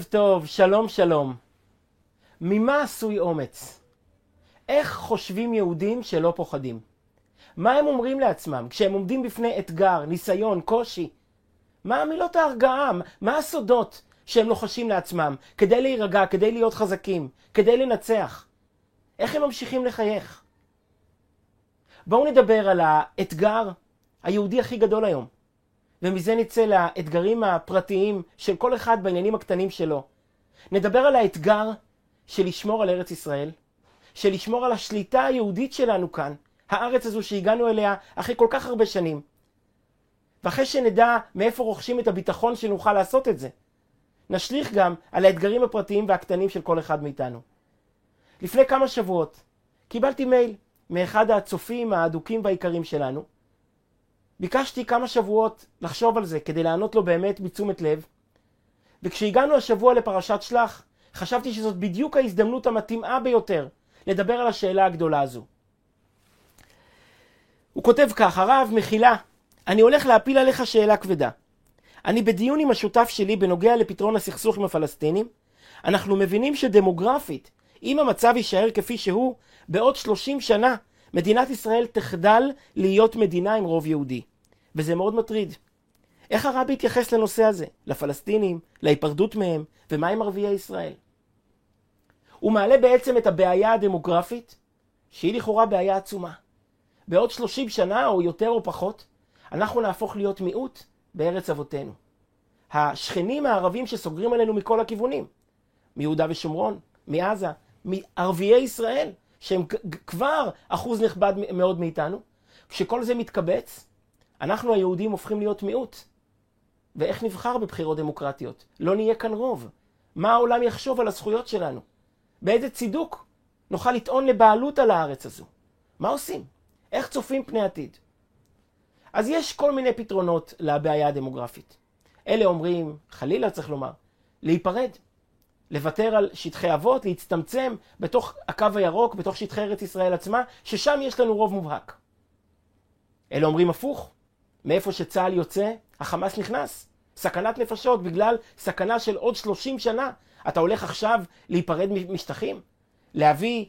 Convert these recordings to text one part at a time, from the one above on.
ערב טוב, שלום שלום. ממה עשוי אומץ? איך חושבים יהודים שלא פוחדים? מה הם אומרים לעצמם כשהם עומדים בפני אתגר, ניסיון, קושי? מה המילות ההרגעה? מה הסודות שהם לוחשים לעצמם כדי להירגע, כדי להיות חזקים, כדי לנצח? איך הם ממשיכים לחייך? בואו נדבר על האתגר היהודי הכי גדול היום. ומזה נצא לאתגרים הפרטיים של כל אחד בעניינים הקטנים שלו. נדבר על האתגר של לשמור על ארץ ישראל, של לשמור על השליטה היהודית שלנו כאן, הארץ הזו שהגענו אליה אחרי כל כך הרבה שנים. ואחרי שנדע מאיפה רוכשים את הביטחון שנוכל לעשות את זה, נשליך גם על האתגרים הפרטיים והקטנים של כל אחד מאיתנו. לפני כמה שבועות קיבלתי מייל מאחד הצופים האדוקים והעיקרים שלנו. ביקשתי כמה שבועות לחשוב על זה כדי לענות לו באמת בתשומת לב. וכשהגענו השבוע לפרשת שלח, חשבתי שזאת בדיוק ההזדמנות המתאימה ביותר לדבר על השאלה הגדולה הזו. הוא כותב כך: הרב, מחילה, אני הולך להפיל עליך שאלה כבדה. אני בדיון עם השותף שלי בנוגע לפתרון הסכסוך עם הפלסטינים. אנחנו מבינים שדמוגרפית, אם המצב יישאר כפי שהוא, בעוד 30 שנה מדינת ישראל תחדל להיות מדינה עם רוב יהודי. וזה מאוד מטריד. איך הרבי התייחס לנושא הזה? לפלסטינים, להיפרדות מהם, ומה עם ערביי ישראל? הוא מעלה בעצם את הבעיה הדמוגרפית, שהיא לכאורה בעיה עצומה. בעוד 30 שנה, או יותר או פחות, אנחנו נהפוך להיות מיעוט בארץ אבותינו. השכנים הערבים שסוגרים עלינו מכל הכיוונים, מיהודה ושומרון, מעזה, מערביי ישראל, שהם כבר אחוז נכבד מאוד מאיתנו, כשכל זה מתקבץ, אנחנו היהודים הופכים להיות מיעוט. ואיך נבחר בבחירות דמוקרטיות? לא נהיה כאן רוב. מה העולם יחשוב על הזכויות שלנו? באיזה צידוק נוכל לטעון לבעלות על הארץ הזו? מה עושים? איך צופים פני עתיד? אז יש כל מיני פתרונות לבעיה הדמוגרפית. אלה אומרים, חלילה צריך לומר, להיפרד. לוותר על שטחי אבות, להצטמצם בתוך הקו הירוק, בתוך שטחי ארץ ישראל עצמה, ששם יש לנו רוב מובהק. אלה אומרים הפוך, מאיפה שצה"ל יוצא, החמאס נכנס. סכנת נפשות בגלל סכנה של עוד 30 שנה. אתה הולך עכשיו להיפרד משטחים? להביא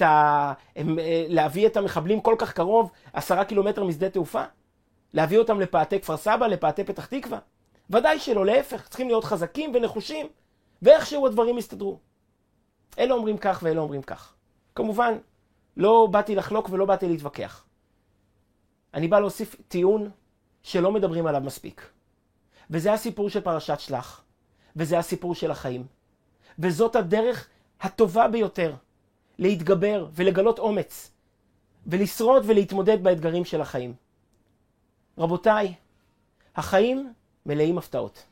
את המחבלים כל כך קרוב, 10 קילומטר משדה תעופה? להביא אותם לפאתי כפר סבא, לפאתי פתח תקווה? ודאי שלא, להפך, צריכים להיות חזקים ונחושים. ואיכשהו הדברים יסתדרו. אלה אומרים כך ואלה אומרים כך. כמובן, לא באתי לחלוק ולא באתי להתווכח. אני בא להוסיף טיעון שלא מדברים עליו מספיק. וזה הסיפור של פרשת שלח. וזה הסיפור של החיים. וזאת הדרך הטובה ביותר להתגבר ולגלות אומץ. ולשרוד ולהתמודד באתגרים של החיים. רבותיי, החיים מלאים הפתעות.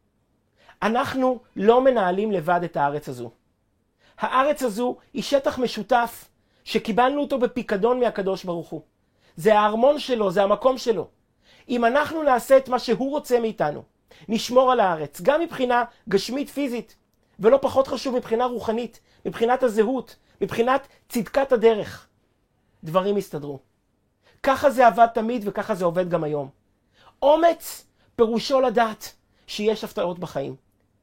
אנחנו לא מנהלים לבד את הארץ הזו. הארץ הזו היא שטח משותף שקיבלנו אותו בפיקדון מהקדוש ברוך הוא. זה הארמון שלו, זה המקום שלו. אם אנחנו נעשה את מה שהוא רוצה מאיתנו, נשמור על הארץ, גם מבחינה גשמית פיזית, ולא פחות חשוב מבחינה רוחנית, מבחינת הזהות, מבחינת צדקת הדרך, דברים יסתדרו. ככה זה עבד תמיד וככה זה עובד גם היום. אומץ פירושו לדעת שיש הפתעות בחיים.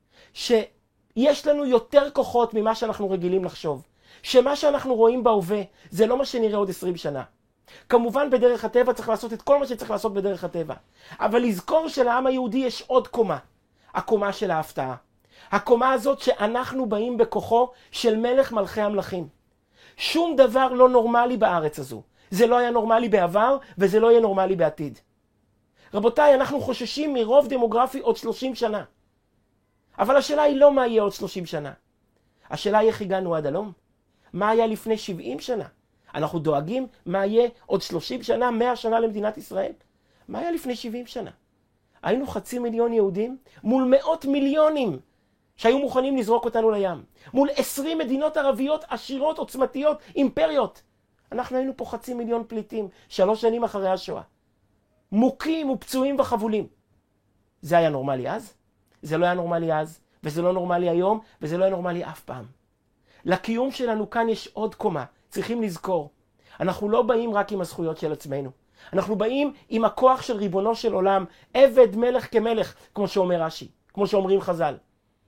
שיש לנו יותר כוחות ממה שאנחנו רגילים לחשוב. שמה שאנחנו רואים בהווה זה לא מה שנראה עוד 20 שנה. כמובן בדרך הטבע צריך לעשות את כל מה שצריך לעשות בדרך הטבע. אבל לזכור שלעם היהודי יש עוד קומה. הקומה של ההפתעה. הקומה הזאת שאנחנו באים בכוחו של מלך מלכי המלכים. שום דבר לא נורמלי בארץ הזו. זה לא היה נורמלי בעבר וזה לא יהיה נורמלי בעתיד. רבותיי, אנחנו חוששים מרוב דמוגרפי עוד 30 שנה. אבל השאלה היא לא מה יהיה עוד 30 שנה. השאלה היא איך הגענו עד הלום. מה היה לפני 70 שנה? אנחנו דואגים מה יהיה עוד 30 שנה, 100 שנה למדינת ישראל. מה היה לפני 70 שנה? היינו 500,000 יהודים מול מאות מיליונים שהיו מוכנים לזרוק אותנו לים. מול 20 מדינות ערביות עשירות, עוצמתיות, אימפריות. אנחנו היינו פה 500,000 פליטים, 3 שנים אחרי השואה. מוכים ופצועים וחבולים. זה היה נורמלי אז? זה לא היה נורמלי אז, וזה לא נורמלי היום, וזה לא היה נורמלי אף פעם. לקיום שלנו כאן יש עוד קומה. צריכים לזכור. אנחנו לא באים רק עם הזכויות של עצמנו. אנחנו באים עם הכוח של ריבונו של עולם, עבד מלך כמלך, כמו שאומר רש"י, כמו שאומרים חז"ל.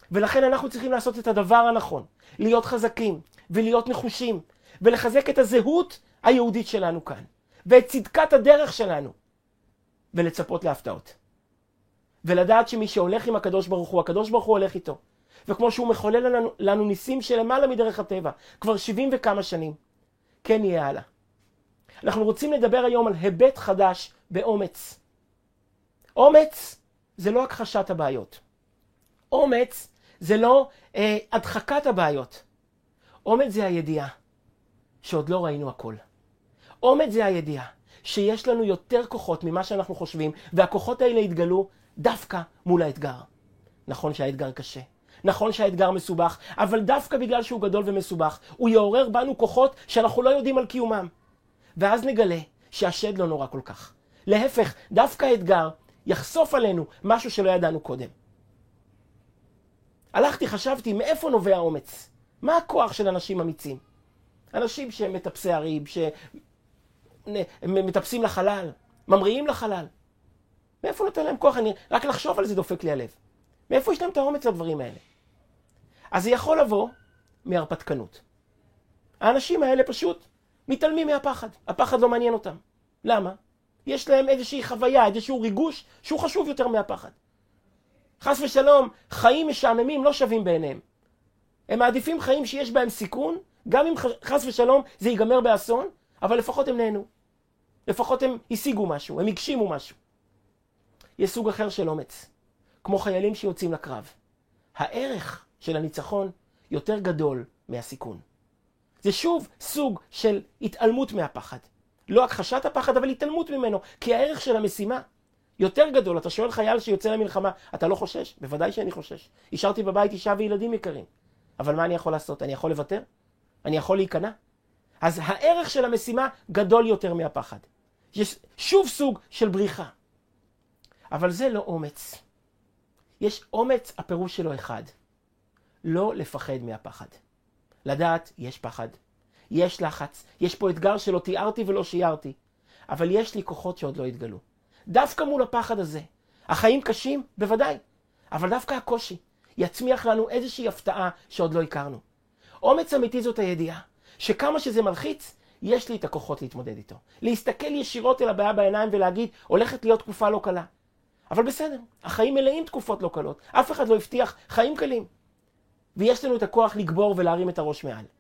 ולכן אנחנו צריכים לעשות את הדבר הנכון, להיות חזקים ולהיות נחושים, ולחזק את הזהות היהודית שלנו כאן, ואת צדקת הדרך שלנו, ולצפות להפתעות. ולדעת שמי שהולך עם הקדוש ברוך הוא, הקדוש ברוך הוא הולך איתו. וכמו שהוא מחולל לנו ניסים שלמעלה מדרך הטבע, כבר 70 וכמה שנים, כן יהיה הלאה. אנחנו רוצים לדבר היום על היבט חדש באומץ. אומץ זה לא הכחשת הבעיות. אומץ זה לא הדחקת הבעיות. אומץ זה הידיעה שעוד לא ראינו הכל. אומץ זה הידיעה שיש לנו יותר כוחות ממה שאנחנו חושבים, והכוחות האלה יתגלו דווקא מול האתגר. נכון שהאתגר קשה, נכון שהאתגר מסובך, אבל דווקא בגלל שהוא גדול ומסובך, הוא יעורר בנו כוחות שאנחנו לא יודעים על קיומם. ואז נגלה שהשד לא נורא כל כך. להפך, דווקא האתגר יחשוף עלינו משהו שלא ידענו קודם. הלכתי, חשבתי, מאיפה נובע אומץ? מה הכוח של אנשים אמיצים? אנשים שהם מטפסי הריב, שמטפסים לחלל, ממריאים לחלל. מאיפה נותן להם כוח? רק לחשוב על זה דופק לי הלב. מאיפה יש להם את האומץ לדברים האלה? אז זה יכול לבוא מהרפתקנות. האנשים האלה פשוט מתעלמים מהפחד. הפחד לא מעניין אותם. למה? יש להם איזושהי חוויה, איזשהו ריגוש שהוא חשוב יותר מהפחד. חס ושלום, חיים משעממים לא שווים בעיניהם. הם מעדיפים חיים שיש בהם סיכון, גם אם חס ושלום זה ייגמר באסון, אבל לפחות הם נהנו. לפחות הם השיגו משהו, הם הגשימו משהו. יש סוג אחר של אומץ, כמו חיילים שיוצאים לקרב. הערך של הניצחון יותר גדול מהסיכון. זה שוב סוג של התעלמות מהפחד. לא הכחשת הפחד, אבל התעלמות ממנו, כי הערך של המשימה יותר גדול. אתה שואל חייל שיוצא למלחמה, אתה לא חושש? בוודאי שאני חושש. השארתי בבית אישה וילדים יקרים. אבל מה אני יכול לעשות? אני יכול לוותר? אני יכול להיכנע? אז הערך של המשימה גדול יותר מהפחד. יש שוב סוג של בריחה. אבל זה לא אומץ. יש אומץ, הפירוש שלו אחד. לא לפחד מהפחד. לדעת, יש פחד. יש לחץ. יש פה אתגר שלא תיארתי ולא שיערתי. אבל יש לי כוחות שעוד לא התגלו. דווקא מול הפחד הזה. החיים קשים? בוודאי. אבל דווקא הקושי יצמיח לנו איזושהי הפתעה שעוד לא הכרנו. אומץ אמיתי זאת הידיעה, שכמה שזה מלחיץ, יש לי את הכוחות להתמודד איתו. להסתכל ישירות אל הבעיה בעיניים ולהגיד, הולכת להיות תקופה לא קלה. אבל בסדר, החיים מלאים תקופות לא קלות. אף אחד לא הבטיח חיים קלים. ויש לנו את הכוח לגבור ולהרים את הראש מעל.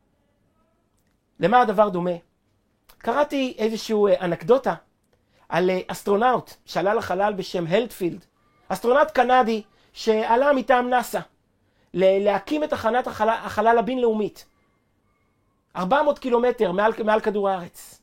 למה הדבר דומה? קראתי איזושהי אנקדוטה על אסטרונאוט שעלה לחלל בשם הלטפילד. אסטרונאוט קנדי שעלה מטעם נאסא להקים את תחנת החלל הבינלאומית. 400 קילומטר מעל כדור הארץ.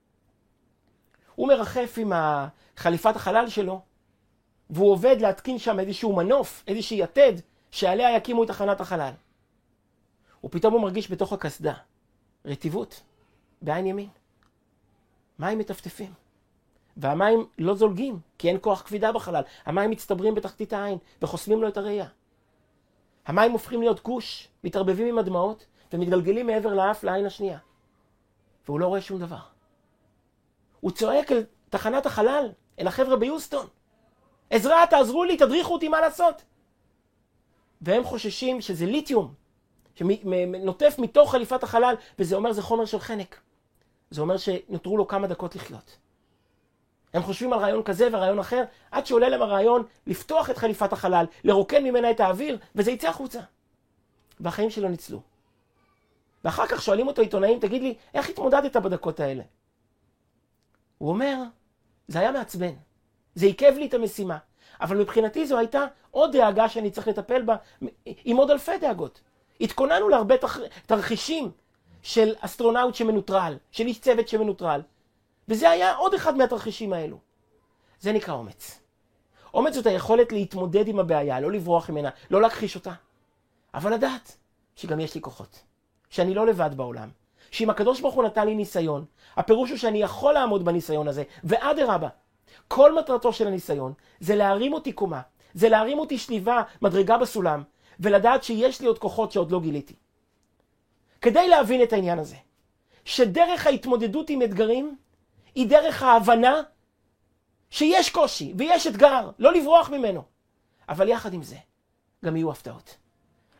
הוא מרחף עם חליפת החלל שלו, והוא עובד להתקין שם איזשהו מנוף, איזושהי יתד, שעליה יקימו את תחנת החלל. ופתאום הוא מרגיש בתוך הקסדה רטיבות בעין ימין. מים מטפטפים. והמים לא זולגים, כי אין כוח כבידה בחלל. המים מצטברים בתחתית העין וחוסמים לו את הראייה. המים הופכים להיות גוש, מתערבבים עם הדמעות, ומתגלגלים מעבר לאף לעין השנייה. והוא לא רואה שום דבר. הוא צועק אל תחנת החלל, אל החבר'ה ביוסטון. עזרה, תעזרו לי, תדריכו אותי מה לעשות. והם חוששים שזה ליתיום, שנוטף מתוך חליפת החלל, וזה אומר זה חומר של חנק. זה אומר שנותרו לו כמה דקות לחיות. הם חושבים על רעיון כזה ורעיון אחר, עד שעולה להם הרעיון לפתוח את חליפת החלל, לרוקן ממנה את האוויר, וזה יצא החוצה. והחיים שלו ניצלו. ואחר כך שואלים אותו עיתונאים, תגיד לי, איך התמודדת בדקות האלה? הוא אומר, זה היה מעצבן. זה עיכב לי את המשימה. אבל מבחינתי זו הייתה עוד דאגה שאני צריך לטפל בה, עם עוד אלפי דאגות. התכוננו להרבה תרחישים של אסטרונאוט שמנוטרל, של איש צוות שמנוטרל. וזה היה עוד אחד מהתרחישים האלו. זה נקרא אומץ. אומץ זאת היכולת להתמודד עם הבעיה, לא לברוח ממנה, לא להכחיש אותה. אבל לדעת שגם יש לי כוחות. שאני לא לבד בעולם. שאם הקדוש ברוך הוא נתן לי ניסיון, הפירוש הוא שאני יכול לעמוד בניסיון הזה, ואדרבה. כל מטרתו של הניסיון זה להרים אותי קומה, זה להרים אותי שליבה, מדרגה בסולם, ולדעת שיש לי עוד כוחות שעוד לא גיליתי. כדי להבין את העניין הזה, שדרך ההתמודדות עם אתגרים, היא דרך ההבנה שיש קושי ויש אתגר, לא לברוח ממנו. אבל יחד עם זה, גם יהיו הפתעות.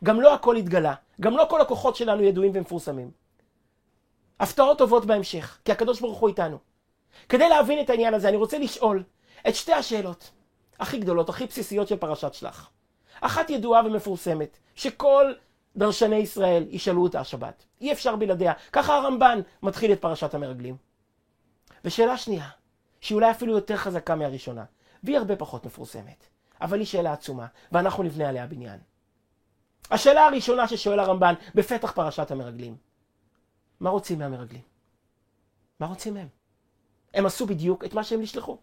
גם לא הכל התגלה, גם לא כל הכוחות שלנו ידועים ומפורסמים. הפתעות טובות בהמשך, כי הקדוש ברוך הוא איתנו. כדי להבין את העניין הזה, אני רוצה לשאול את שתי השאלות הכי גדולות, הכי בסיסיות של פרשת שלח. אחת ידועה ומפורסמת, שכל דרשני ישראל ישאלו אותה השבת. אי אפשר בלעדיה. ככה הרמב"ן מתחיל את פרשת המרגלים. ושאלה שנייה, שהיא אולי אפילו יותר חזקה מהראשונה, והיא הרבה פחות מפורסמת, אבל היא שאלה עצומה, ואנחנו נבנה עליה בניין. השאלה הראשונה ששואל הרמב"ן בפתח פרשת המרגלים, מה רוצים מהמרגלים? מה רוצים מהם? הם עשו בדיוק את מה שהם נשלחו.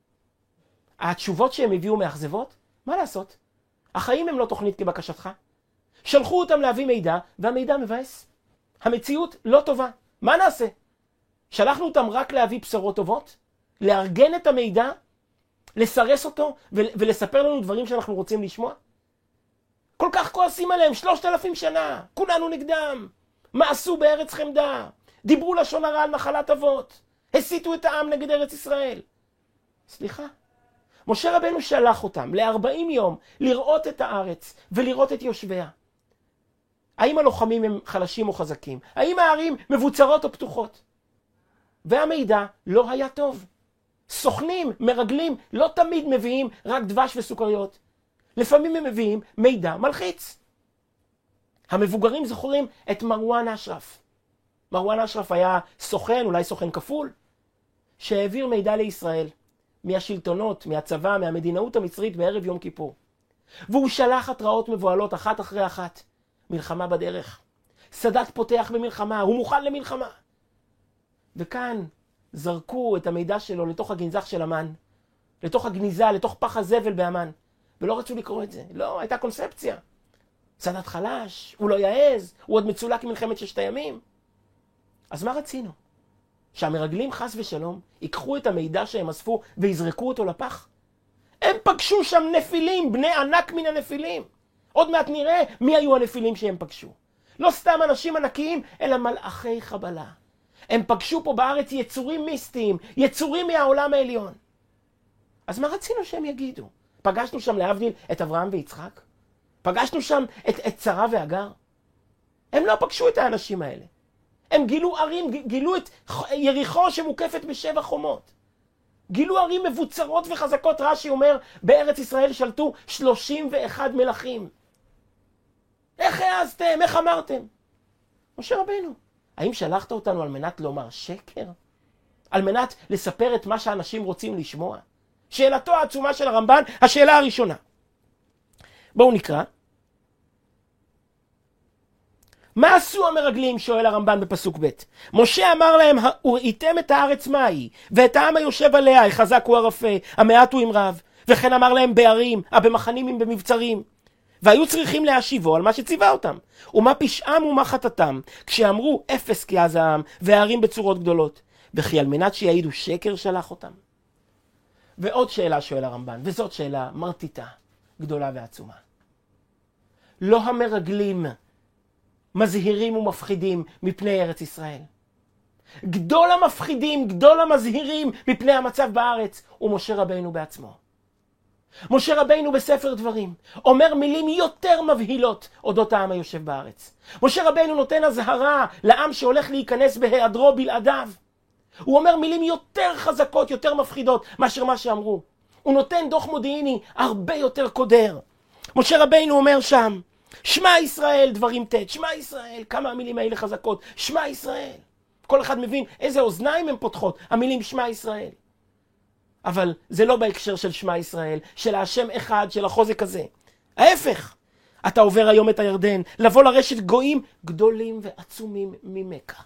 התשובות שהם הביאו מאכזבות? מה לעשות? החיים הם לא תוכנית כבקשתך. שלחו אותם להביא מידע, והמידע מבאס. המציאות לא טובה. מה נעשה? שלחנו אותם רק להביא בשורות טובות? לארגן את המידע? לסרס אותו ולספר לנו דברים שאנחנו רוצים לשמוע? כל כך כועסים עליהם, 3,000 שנה, כולנו נגדם. מה עשו בארץ חמדה? דיברו לשון הרע על נחלת אבות. הסיתו את העם נגד ארץ ישראל. סליחה. משה רבנו שלח אותם ל40 יום לראות את הארץ ולראות את יושביה. האם הלוחמים הם חלשים או חזקים? האם הערים מבוצרות או פתוחות? והמידע לא היה טוב. סוכנים, מרגלים, לא תמיד מביאים רק דבש וסוכריות. לפעמים הם מביאים מידע מלחיץ. המבוגרים זוכרים את מרואן אשרף. מרואן אשרף היה סוכן, אולי סוכן כפול, שהעביר מידע לישראל מהשלטונות, מהצבא, מהמדינאות המצרית בערב יום כיפור. והוא שלח התראות מבועלות אחת אחרי אחת. מלחמה בדרך. סאדאת פותח במלחמה, הוא מוכן למלחמה. וכאן זרקו את המידע שלו לתוך הגנזך של המן, לתוך הגניזה, לתוך פח הזבל באמן. ולא רצו לקרוא את זה. לא, הייתה קונספציה. סאדאת חלש, הוא לא יעז, הוא עוד מצולק ממלחמת 6 הימים. אז מה רצינו? שהמרגלים חס ושלום ייקחו את המידע שהם אספו ויזרקו אותו לפח? הם פגשו שם נפילים, בני ענק מן הנפילים. עוד מעט נראה מי היו הנפילים שהם פגשו. לא סתם אנשים ענקיים, אלא מלאכי חבלה. הם פגשו פה בארץ יצורים מיסטיים, יצורים מהעולם העליון. אז מה רצינו שהם יגידו? פגשנו שם להבדיל את אברהם ויצחק? פגשנו שם את שרה והגר? הם לא פגשו את האנשים האלה. הם גילו ערים, גילו את יריחו שמוקפת ב7 חומות. גילו ערים מבוצרות וחזקות. רש"י אומר, בארץ ישראל שלטו 31 מלכים. איך העזתם? איך אמרתם? משה רבנו, האם שלחת אותנו על מנת לומר שקר? על מנת לספר את מה שאנשים רוצים לשמוע? שאלתו העצומה של הרמב"ן, השאלה הראשונה. בואו נקרא. מה עשו המרגלים? שואל הרמב"ן בפסוק ב'. משה אמר להם, וראיתם את הארץ מה היא, ואת העם היושב עליה, החזק הוא הרפה, המעט הוא עם רב. וכן אמר להם בערים, במחנים אם במבצרים. והיו צריכים להשיבו על מה שציווה אותם. ומה פשעם ומה חטאתם, כשאמרו אפס כי אז העם, והערים בצורות גדולות. וכי על מנת שיעידו שקר שלח אותם. ועוד שאלה שואל הרמב"ן, וזאת שאלה מרטיטה, גדולה ועצומה. לא המרגלים מזהירים ומפחידים מפני ארץ ישראל. גדול המפחידים, גדול המזהירים מפני המצב בארץ, הוא משה רבנו בעצמו. משה רבנו בספר דברים אומר מילים יותר מבהילות אודות העם היושב בארץ. משה רבנו נותן הזהרה לעם שהולך להיכנס בהיעדרו בלעדיו. הוא אומר מילים יותר חזקות, יותר מפחידות מאשר מה שאמרו. הוא נותן דוח מודיעיני הרבה יותר קודר. משה רבנו אומר שם, שמע ישראל, דברים ת', שמע ישראל, כמה המילים האלה חזקות, שמע ישראל. כל אחד מבין איזה אוזניים הן פותחות, המילים שמע ישראל. אבל זה לא בהקשר של שמע ישראל, של השם אחד, של החוזק הזה. ההפך, אתה עובר היום את הירדן, לבוא לרשת גויים גדולים ועצומים ממכה.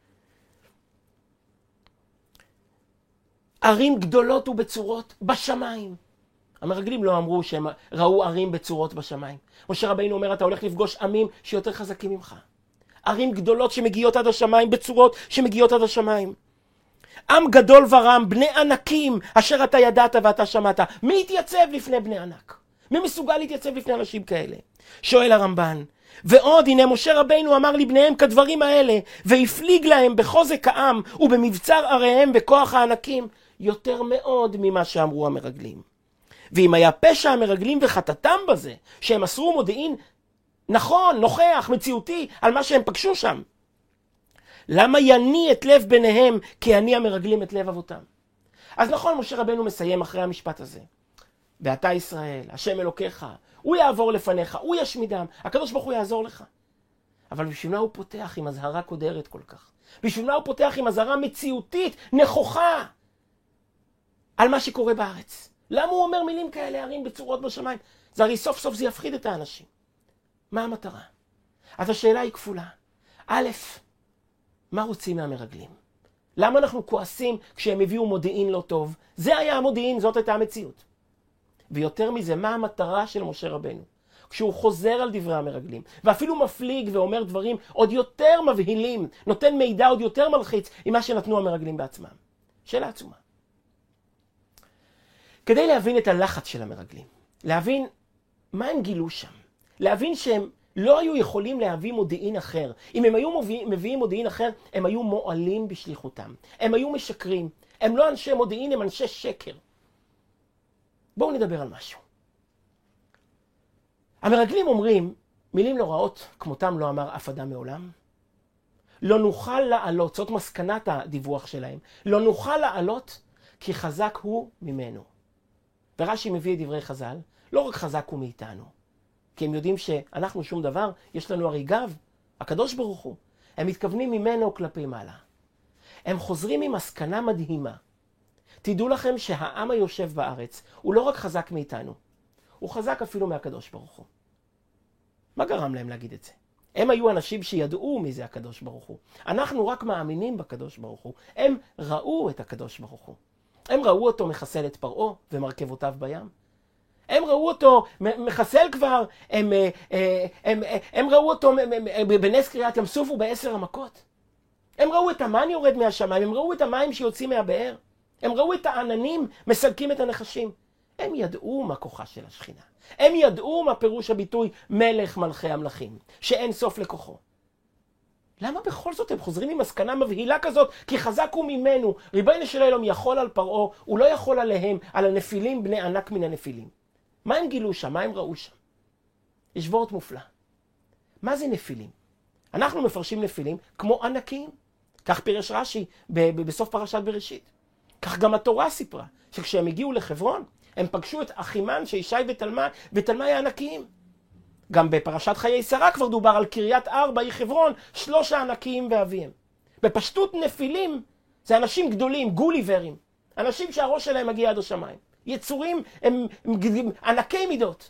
ערים גדולות ובצורות בשמיים. המרגלים לא אמרו שהם ראו ערים בצורות בשמיים. משה רבינו אומר, אתה הולך לפגוש עמים שיותר חזקים ממך. ערים גדולות שמגיעות עד השמיים, בצורות שמגיעות עד השמיים. עם גדול ורם, בני ענקים, אשר אתה ידעת ואתה שמעת. מי יתייצב לפני בני ענק? מי מסוגל להתייצב לפני אנשים כאלה? שואל הרמב"ן. ועוד, הנה משה רבינו אמר לבניהם כדברים האלה, והפליג להם בחוזק העם ובמבצר עריהם בכוח הענקים, יותר מאוד ממה שאמרו המרגלים. ואם היה פשע המרגלים וחטאתם בזה, שהם מסרו מודיעין נכון, נוכח, מציאותי, על מה שהם פגשו שם. למה יני את לב ביניהם כי אני המרגלים את לב אבותם? אז נכון, משה רבנו מסיים אחרי המשפט הזה. ואתה ישראל, השם אלוקיך, הוא יעבור לפניך, הוא ישמידם, הקדוש ברוך הוא יעזור לך. אבל בשביל מה הוא פותח עם הזהרה קודרת כל כך? בשביל מה הוא פותח עם הזהרה מציאותית, נכוחה, על מה שקורה בארץ? למה הוא אומר מילים כאלה, הרים בצורות בשמיים? זה הרי סוף סוף זה יפחיד את האנשים. מה המטרה? אז השאלה היא כפולה. א', מה רוצים מהמרגלים? למה אנחנו כועסים כשהם הביאו מודיעין לא טוב? זה היה המודיעין, זאת הייתה המציאות. ויותר מזה, מה המטרה של משה רבנו? כשהוא חוזר על דברי המרגלים, ואפילו מפליג ואומר דברים עוד יותר מבהילים, נותן מידע עוד יותר מלחיץ ממה שנתנו המרגלים בעצמם. שאלה עצומה. כדי להבין את הלחץ של המרגלים, להבין מה הם גילו שם, להבין שהם לא היו יכולים להביא מודיעין אחר. אם הם היו מביאים מודיעין אחר, הם היו מועלים בשליחותם. הם היו משקרים. הם לא אנשי מודיעין, הם אנשי שקר. בואו נדבר על משהו. המרגלים אומרים, מילים לא רעות, כמותם לא אמר אף אדם מעולם. לא נוכל לעלות, זאת מסקנת הדיווח שלהם, לא נוכל לעלות כי חזק הוא ממנו. ורש"י מביא את דברי חז"ל, לא רק חזק הוא מאיתנו, כי הם יודעים שאנחנו שום דבר, יש לנו הרי גב, הקדוש ברוך הוא. הם מתכוונים ממנו כלפי מעלה. הם חוזרים ממסקנה מדהימה. תדעו לכם שהעם היושב בארץ הוא לא רק חזק מאיתנו, הוא חזק אפילו מהקדוש ברוך הוא. מה גרם להם להגיד את זה? הם היו אנשים שידעו מי זה הקדוש ברוך הוא. אנחנו רק מאמינים בקדוש ברוך הוא. הם ראו את הקדוש ברוך הוא. הם ראו אותו מחסל את פרעה ומרכבותיו בים. הם ראו אותו מחסל כבר, הם ראו אותו בנס קריאת ים סוף וב10 המכות. הם ראו את המן יורד מהשמיים, הם ראו את המים שיוצאים מהבאר. הם ראו את העננים מסלקים את הנחשים. הם ידעו מה כוחה של השכינה. הם ידעו מה פירוש הביטוי מלך מלכי המלכים, שאין סוף לכוחו. למה בכל זאת הם חוזרים עם מסקנה מבהילה כזאת? כי חזק הוא ממנו. ריבונו של עולם יכול על פרעה, הוא לא יכול עליהם, על הנפילים בני ענק מן הנפילים. מה הם גילו שם? מה הם ראו שם? יש וורט מופלא. מה זה נפילים? אנחנו מפרשים נפילים כמו ענקים. כך פירש רש"י בסוף פרשת בראשית. כך גם התורה סיפרה, שכשהם הגיעו לחברון, הם פגשו את אחימן שישי ותלמי הענקיים. גם בפרשת חיי שרה כבר דובר על קריית ארבע, היא חברון, 3 הענקיים ואביהם. בפשטות נפילים זה אנשים גדולים, גוליברים. אנשים שהראש שלהם מגיע עד השמיים. יצורים הם ענקי מידות.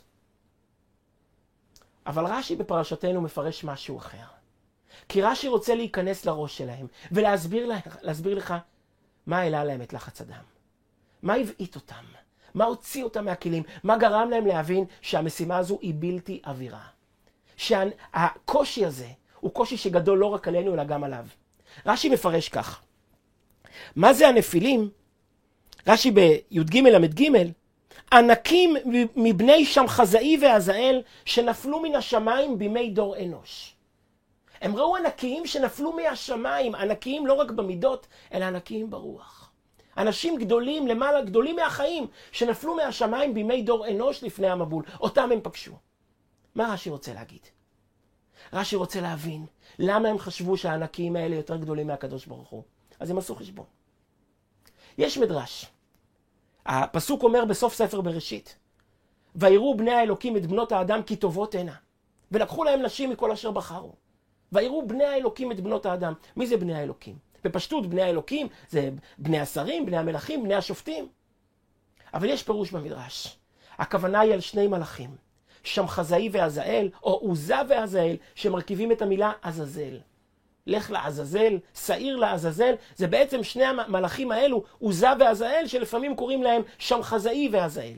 אבל רש"י בפרשתנו מפרש משהו אחר. כי רש"י רוצה להיכנס לראש שלהם ולהסביר לך מה העלה להם את לחץ הדם. מה הבעית אותם? מה הוציא אותם מהכלים? מה גרם להם להבין שהמשימה הזו היא בלתי עבירה? שהקושי הזה הוא קושי שגדול לא רק עלינו אלא גם עליו. רש"י מפרש כך. מה זה הנפילים? רש"י בי"ג למ"ג, ענקים מבני שמחזאי ועזאל שנפלו מן השמיים בימי דור אנוש. הם ראו ענקיים שנפלו מהשמיים, ענקיים לא רק במידות, אלא ענקיים ברוח. אנשים גדולים למעלה, גדולים מהחיים, שנפלו מהשמיים בימי דור אנוש לפני המבול. אותם הם פגשו. מה רש"י רוצה להגיד? רש"י רוצה להבין למה הם חשבו שהענקיים האלה יותר גדולים מהקדוש ברוך הוא. אז הם עשו חשבון. יש מדרש. הפסוק אומר בסוף ספר בראשית, ויראו בני האלוקים את בנות האדם כי טובות הנה, ולקחו להם נשים מכל אשר בחרו. ויראו בני האלוקים את בנות האדם. מי זה בני האלוקים? בפשטות בני האלוקים זה בני השרים, בני המלכים, בני השופטים. אבל יש פירוש במדרש. הכוונה היא על 2 מלאכים, שמחזאי ועזאל, או עוזה ועזאל, שמרכיבים את המילה עזאזל. לך לעזאזל, שעיר לעזאזל, זה בעצם 2 המלאכים האלו, עוזה ועזאל, שלפעמים קוראים להם שמחזאי ועזאל.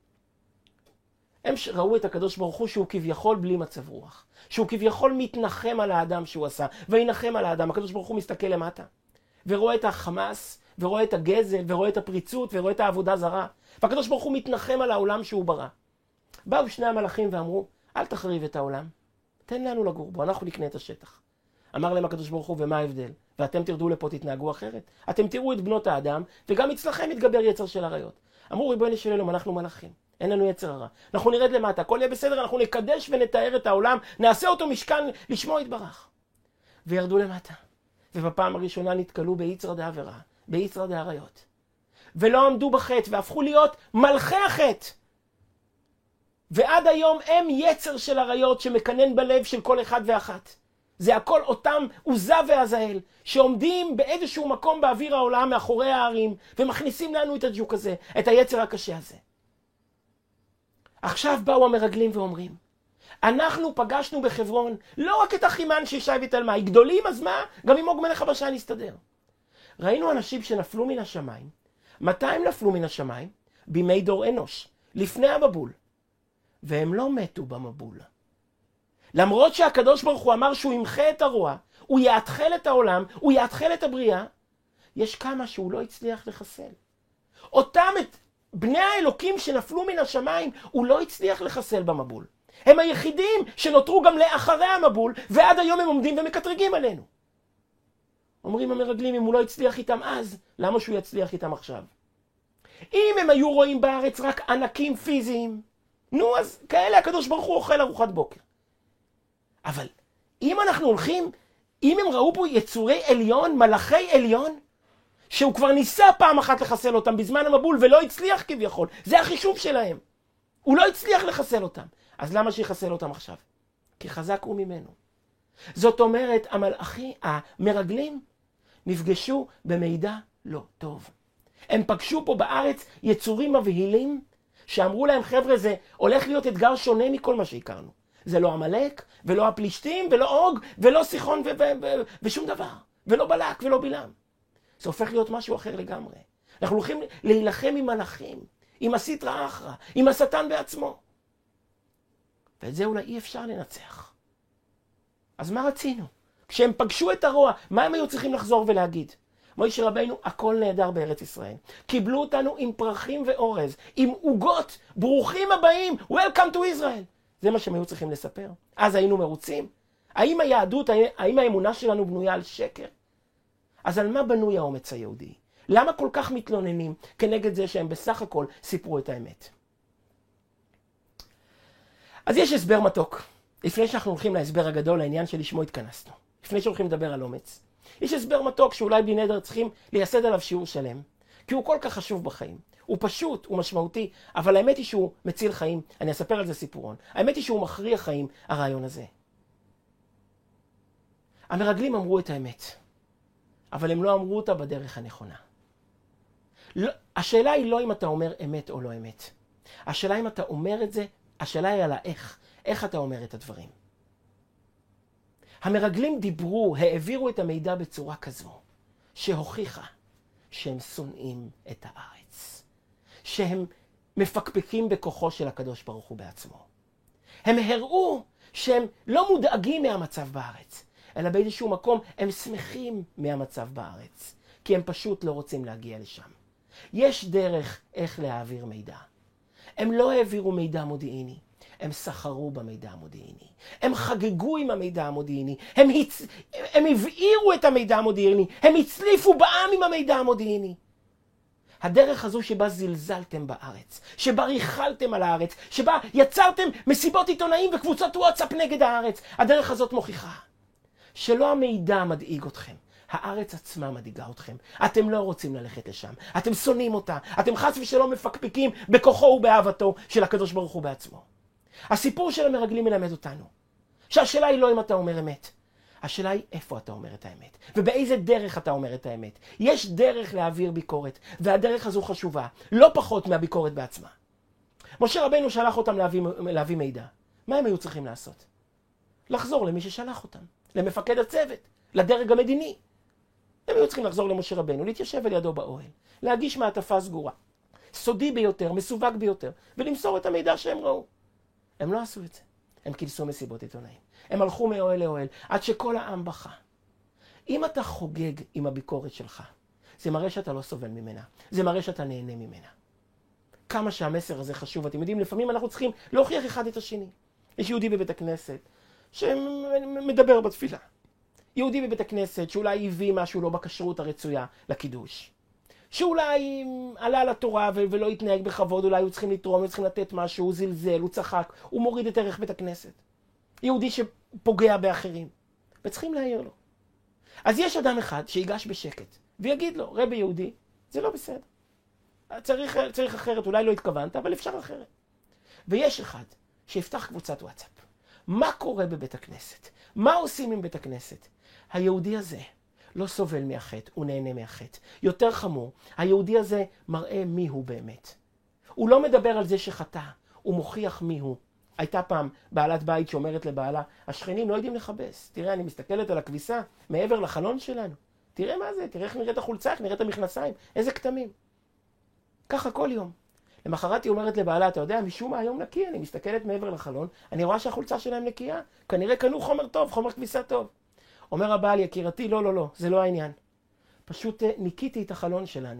הם ראו את הקדוש ברוך הוא שהוא כביכול בלי מצב רוח. שהוא כביכול מתנחם על האדם שהוא עשה, וינחם על האדם. הקדוש ברוך הוא מסתכל למטה, ורואה את החמאס, ורואה את הגזל, ורואה את הפריצות, ורואה את העבודה זרה. והקדוש ברוך הוא מתנחם על העולם שהוא ברא. באו 2 המלאכים ואמרו, אל תחריב את העולם, תן לנו לגור בו, אנחנו נקנה את השטח. אמר להם הקדוש ברוך הוא, ומה ההבדל? ואתם תרדו לפה, תתנהגו אחרת. אתם תראו את בנות האדם, וגם אצלכם יתגבר יצר של עריות. אמרו, ריבונו של עולם, אנחנו מלאכים. אין לנו יצר הרע. אנחנו נרד למטה, הכל יהיה בסדר, אנחנו נקדש ונתאר את העולם, נעשה אותו משכן לשמו יתברך. וירדו למטה. ובפעם הראשונה נתקלו ביצר דעבירה, ביצר דעריות. ולא עמדו בחטא, והפכו להיות מלכי החטא. ועד היום הם יצר של עריות שמקנן בלב של כל אחד ואחת. זה הכל אותם עוזה ועזאל, שעומדים באיזשהו מקום באוויר העולם מאחורי הערים, ומכניסים לנו את הג'וק הזה, את היצר הקשה הזה. עכשיו באו המרגלים ואומרים, אנחנו פגשנו בחברון לא רק את אחימן שישי ותלמי, גדולים אז מה? גם עם עוג מלך הבשן נסתדר. ראינו אנשים שנפלו מן השמיים. מתי הם נפלו מן השמיים? בימי דור אנוש, לפני המבול. והם לא מתו במבול. למרות שהקדוש ברוך הוא אמר שהוא ימחה את הרוע, הוא יאתחל את העולם, הוא יאתחל את הבריאה, יש כמה שהוא לא הצליח לחסל. אותם את בני האלוקים שנפלו מן השמיים, הוא לא הצליח לחסל במבול. הם היחידים שנותרו גם לאחרי המבול, ועד היום הם עומדים ומקטרגים עלינו. אומרים המרגלים, אם הוא לא הצליח איתם אז, למה שהוא יצליח איתם עכשיו? אם הם היו רואים בארץ רק ענקים פיזיים, נו אז כאלה הקדוש ברוך הוא אוכל ארוחת בוקר. אבל אם אנחנו הולכים, אם הם ראו פה יצורי עליון, מלאכי עליון, שהוא כבר ניסה פעם אחת לחסל אותם בזמן המבול ולא הצליח כביכול, זה החישוב שלהם. הוא לא הצליח לחסל אותם. אז למה שיחסל אותם עכשיו? כי חזק הוא ממנו. זאת אומרת, המרגלים נפגשו במידע לא טוב. הם פגשו פה בארץ יצורים מבהילים, שאמרו להם, חבר'ה, זה הולך להיות אתגר שונה מכל מה שהכרנו. זה לא עמלק, ולא הפלישתים, ולא עוג, ולא סיחון ושום דבר. ולא בלק, ולא בלעם. זה הופך להיות משהו אחר לגמרי. אנחנו הולכים להילחם עם מלאכים, עם הסטרא אחרא, עם השטן בעצמו. ואת זה אולי אי אפשר לנצח. אז מה רצינו? כשהם פגשו את הרוע, מה הם היו צריכים לחזור ולהגיד? מוישה רבינו, הכל נהדר בארץ ישראל. קיבלו אותנו עם פרחים ואורז, עם עוגות, ברוכים הבאים, Welcome to Israel. זה מה שהם היו צריכים לספר. אז היינו מרוצים. האם היהדות, האם האמונה שלנו בנויה על שקר? אז על מה בנוי האומץ היהודי? למה כל כך מתלוננים כנגד זה שהם בסך הכל סיפרו את האמת? אז יש הסבר מתוק. לפני שאנחנו הולכים להסבר הגדול, לעניין שלשמו התכנסנו. לפני שהולכים לדבר על אומץ. יש הסבר מתוק שאולי בלי נדר צריכים לייסד עליו שיעור שלם. כי הוא כל כך חשוב בחיים. הוא פשוט, הוא משמעותי, אבל האמת היא שהוא מציל חיים. אני אספר על זה סיפורון. האמת היא שהוא מכריע חיים, הרעיון הזה. המרגלים אמרו את האמת. אבל הם לא אמרו אותה בדרך הנכונה. לא, השאלה היא לא אם אתה אומר אמת או לא אמת. השאלה אם אתה אומר את זה, השאלה היא על האיך. איך אתה אומר את הדברים. המרגלים דיברו, העבירו את המידע בצורה כזו, שהוכיחה שהם שונאים את הארץ. שהם מפקפקים בכוחו של הקדוש ברוך הוא בעצמו. הם הראו שהם לא מודאגים מהמצב בארץ, אלא באיזשהו מקום הם שמחים מהמצב בארץ, כי הם פשוט לא רוצים להגיע לשם. יש דרך איך להעביר מידע. הם לא העבירו מידע מודיעיני, הם סחרו במידע המודיעיני. הם חגגו עם המידע המודיעיני. הם הבעירו את המידע המודיעיני. הם הצליפו בעם עם המידע המודיעיני. הדרך הזו שבה זלזלתם בארץ, שבה ריחלתם על הארץ, שבה יצרתם מסיבות עיתונאים וקבוצות וואטסאפ נגד הארץ, הדרך הזאת מוכיחה שלא המידע מדאיג אתכם. הארץ עצמה מדאיגה אתכם. אתם לא רוצים ללכת לשם. אתם שונאים אותה. אתם חס ושלום מפקפקים בכוחו ובאהבתו של הקדוש ברוך הוא בעצמו. הסיפור של המרגלים מלמד אותנו שהשאלה היא לא אם אתה אומר אמת. השאלה היא איפה אתה אומר את האמת. ובאיזה דרך אתה אומר את האמת. יש דרך להעביר ביקורת, והדרך הזו חשובה. לא פחות מהביקורת בעצמה. משה רבינו שלח אותם להביא מידע. מה הם היו צריכים לעשות? לחזור למי ששלח אותם. למפקד הצוות. לדרג המדיני. הם היו צריכים לחזור למשה רבינו, להתיישב על ידו באוהל. להגיש מעטפה סגורה. סודי ביותר, מסווג ביותר. ולמסור את המידע שהם ראו. הם לא עשו את זה. הם כינסו מסיבות עיתונאים. הם הלכו מאוהל לאוהל, עד שכל העם בכה. אם אתה חוגג עם הביקורת שלך, זה מראה שאתה לא סובל ממנה. זה מראה שאתה נהנה ממנה. כמה שהמסר הזה חשוב. אתם יודעים, לפעמים אנחנו צריכים להוכיח אחד את השני. יש יהודי בבית הכנסת שמדבר בתפילה. יהודי בבית הכנסת שאולי הביא משהו לא בכשרות הרצויה לקידוש. שאולי עלה לתורה ולא התנהג בכבוד, אולי הוא צריכים לתרום, הוא צריכים לתת משהו, הוא זלזל, הוא צחק, הוא מוריד את ערך בית הכנסת. יהודי שפוגע באחרים, וצריכים להעיר לו. אז יש אדם אחד שיגש בשקט, ויגיד לו, רבי יהודי, זה לא בסדר. צריך אחרת, אולי לא התכוונת, אבל אפשר אחרת. ויש אחד שיפתח קבוצת וואטסאפ. מה קורה בבית הכנסת? מה עושים עם בית הכנסת? היהודי הזה לא סובל מהחטא, הוא נהנה מהחטא. יותר חמור, היהודי הזה מראה מי הוא באמת. הוא לא מדבר על זה שחטא, הוא מוכיח מי הוא. הייתה פעם בעלת בית שאומרת לבעלה, השכנים לא יודעים לחבס. תראה, אני מסתכלת על הכביסה מעבר לחלון שלנו. תראה מה זה, תראה איך נראית החולצה, איך נראית המכנסיים, איזה כתמים. ככה כל יום. למחרת היא אומרת לבעלה, אתה יודע, משום מה היום נקי, אני מסתכלת מעבר לחלון, אני רואה שהחולצה שלהם נקייה, כנראה קנו חומר טוב, חומר כביסה טוב. אומר הבעל, יקירתי, לא, זה לא העניין. פשוט ניקיתי את החלון שלנו.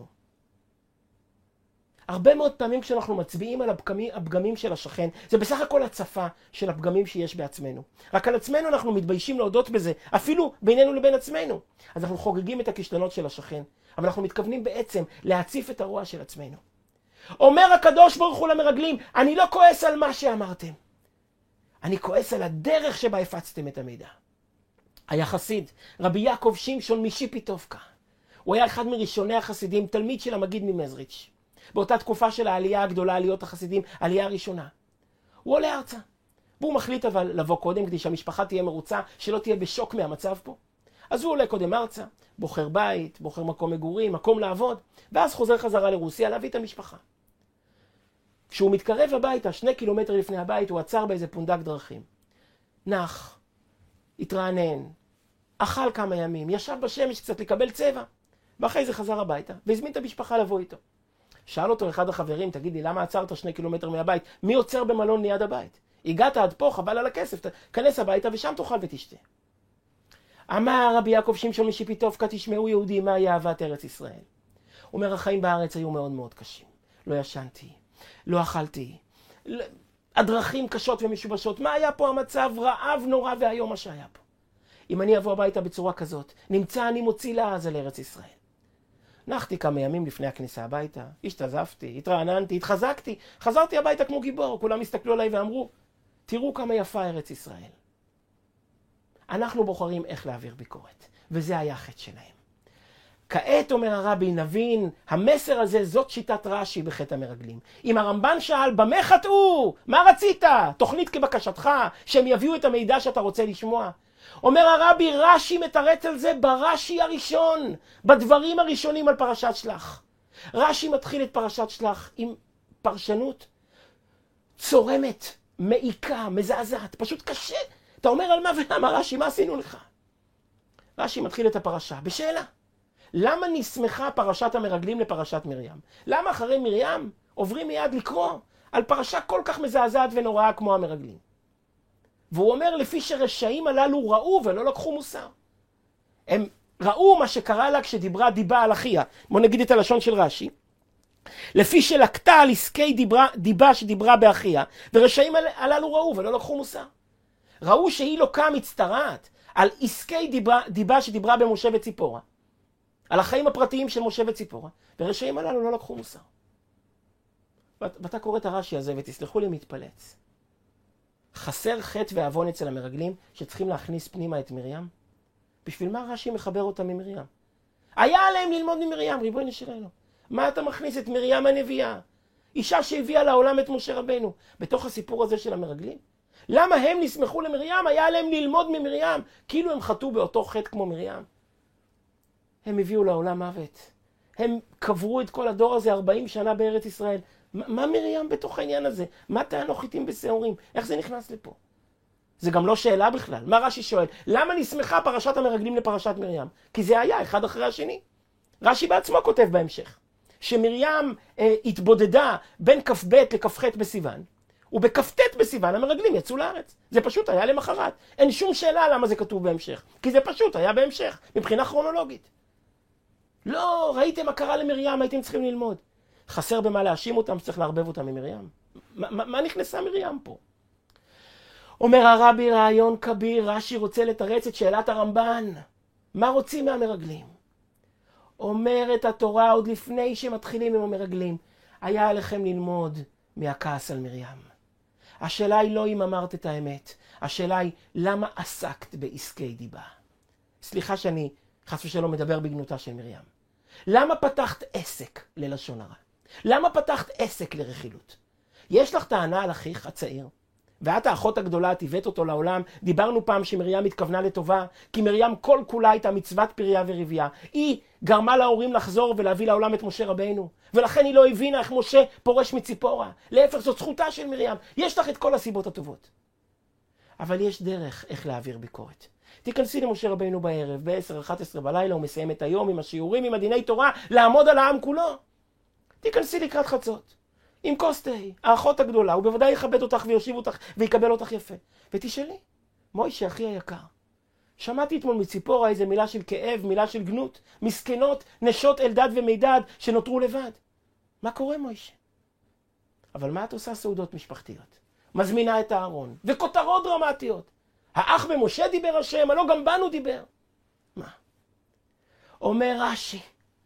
הרבה מאוד פעמים כשאנחנו מצביעים על הפגמים של השכן, זה בסך הכל הצפה של הפגמים שיש בעצמנו. רק על עצמנו אנחנו מתביישים להודות בזה, אפילו בינינו לבין עצמנו. אז אנחנו חוגגים את הכישלונות של השכן, אבל אנחנו מתכוונים בעצם להציף את הרוע של עצמנו. אומר הקדוש ברוך הוא למרגלים, אני לא כועס על מה שאמרתם. אני כועס על הדרך שבה הפצתם את המידע. היה חסיד, רבי יעקב שמשון משיפיטובקה. הוא היה אחד מראשוני החסידים, תלמיד של המגיד ממזריץ'. באותה תקופה של העלייה הגדולה, עליות החסידים, העלייה הראשונה. הוא עולה ארצה. והוא מחליט אבל לבוא קודם, כדי שהמשפחה תהיה מרוצה, שלא תהיה בשוק מהמצב פה. אז הוא עולה קודם ארצה, בוחר בית, בוחר מקום מגורים, מקום לעבוד, ואז חוזר חזרה לרוסיה להביא את המשפחה. כשהוא מתקרב הביתה, 2 קילומטר לפני הבית, הוא עצר באיזה פונדק דרכים. נח, התרענן, אכל כמה ימים, ישב בשמש קצת לקבל צבע, ואחרי זה חזר הביתה, והזמין את המשפחה לבוא איתו. שאל אותו אחד החברים, תגיד לי, למה עצרת 2 קילומטר מהבית? מי עוצר במלון ליד הבית? הגעת עד פה, חבל על הכסף, כנס הביתה ושם תאכל ותשתה. אמר רבי יעקב שמשון משיפיטובקה, תשמעו יהודי, מהי אהבת ארץ ישראל? הוא אומר, החיים בארץ היו מאוד מאוד קשים. לא ישנתי, לא אכלתי, הדרכים קשות ומשובשות. מה היה פה המצב? רעב נורא והיום מה שהיה פה. אם אני אבוא הביתה בצורה כזאת, נמצא אני מוציא לעז על ארץ ישראל. נחתי כמה ימים לפני הכניסה הביתה, השתזפתי, התרעננתי, התחזקתי, חזרתי הביתה כמו גיבור, כולם הסתכלו עליי ואמרו, תראו כמה יפה ארץ ישראל. אנחנו בוחרים איך להעביר ביקורת, וזה היה החטא שלהם. כעת, אומר הרבי, נבין, המסר הזה זאת שיטת רש"י בחטא המרגלים. אם הרמב"ן שאל, במה חטאו? מה רצית? תוכנית כבקשתך, שהם יביאו את המידע שאתה רוצה לשמוע. אומר הרבי, רש"י מתרץ על זה ברש"י הראשון, בדברים הראשונים על פרשת שלח. רש"י מתחיל את פרשת שלח עם פרשנות צורמת, מעיקה, מזעזעת, פשוט קשה. אתה אומר על מה ולמה רש"י, מה עשינו לך? רש"י מתחיל את הפרשה בשאלה. למה נסמכה פרשת המרגלים לפרשת מרים? למה אחרי מרים עוברים מיד לקרוא על פרשה כל כך מזעזעת ונוראה כמו המרגלים? והוא אומר, לפי שרשעים הללו ראו ולא לקחו מוסר. הם ראו מה שקרה לה כשדיברה דיבה על אחיה. בוא נגיד את הלשון של רש"י. לפי שלקתה על עסקי דיבה שדיברה באחיה, ורשעים הללו ראו ולא לקחו מוסר. ראו שהיא לוקה מצטרעת על עסקי דיבה שדיברה במשה וציפורה. על החיים הפרטיים של משה וציפורה, ורשעים הללו לא לקחו מוסר. ואתה קורא את הרש"י הזה ותסלחו לי מתפלץ. חסר חטא ועוון אצל המרגלים שצריכים להכניס פנימה את מרים? בשביל מה רש"י מחבר אותה ממרים? היה עליהם ללמוד ממרים, ריבונו שלנו. מה אתה מכניס את מרים הנביאה? אישה שהביאה לעולם את משה רבנו, בתוך הסיפור הזה של המרגלים? למה הם נסמכו למרים? היה עליהם ללמוד ממרים, כאילו הם חטאו באותו חטא כמו מרים. הם הביאו לעולם מוות. הם קברו את כל הדור הזה 40 שנה בארץ ישראל. מה מרים בתוך העניין הזה? מה טענו חיטים בשעורים? איך זה נכנס לפה? זה גם לא שאלה בכלל. מה רש"י שואל? למה נסמכה פרשת המרגלים לפרשת מרים? כי זה היה אחד אחרי השני. רש"י בעצמו כותב בהמשך, שמרים התבודדה בין כ"ב לכ"ח בסיוון, ובכ"ט בסיוון המרגלים יצאו לארץ. זה פשוט היה למחרת. אין שום שאלה למה זה כתוב בהמשך. כי זה פשוט היה בהמשך, מבחינה כרונולוגית. לא, ראיתם מה קרה למרים, הייתם צריכים ללמוד. חסר במה להאשים אותם, שצריך להרבב אותם ממרים. מה נכנסה מרים פה? אומר הרבי, רעיון כביר, רש"י רוצה לתרץ את שאלת הרמב"ן. מה רוצים מהמרגלים? אומרת התורה עוד לפני שמתחילים עם המרגלים, היה עליכם ללמוד מהכעס על מרים. השאלה היא לא אם אמרת את האמת, השאלה היא למה עסקת בעסקי דיבה. סליחה שאני חס ושלום מדבר בגנותה של מרים. למה פתחת עסק ללשון הרע? למה פתחת עסק לרכילות? יש לך טענה על אחיך הצעיר, ואת האחות הגדולה, את הבאת אותו לעולם. דיברנו פעם שמרים התכוונה לטובה, כי מרים כל כולה הייתה מצוות פריה ורבייה. היא גרמה להורים לחזור ולהביא לעולם את משה רבינו, ולכן היא לא הבינה איך משה פורש מציפורה. להפך, זאת זכותה של מרים. יש לך את כל הסיבות הטובות. אבל יש דרך איך להעביר ביקורת. תיכנסי למשה רבינו בערב, ב-10-11 בלילה, הוא מסיים את היום עם השיעורים, עם הדיני תורה, לעמוד על העם כולו. תיכנסי לקראת חצות, עם כוס תה, האחות הגדולה, הוא בוודאי יכבד אותך ויושיב אותך ויקבל אותך יפה. ותשאלי, מוישה אחי היקר, שמעתי אתמול מציפורה איזה מילה של כאב, מילה של גנות, מסכנות, נשות אלדד ומידד שנותרו לבד. מה קורה מוישה? אבל מה את עושה סעודות משפחתיות? מזמינה את הארון, וכותרות דרמטיות. האח במשה דיבר השם, הלא גם בנו דיבר. מה? אומר רש"י,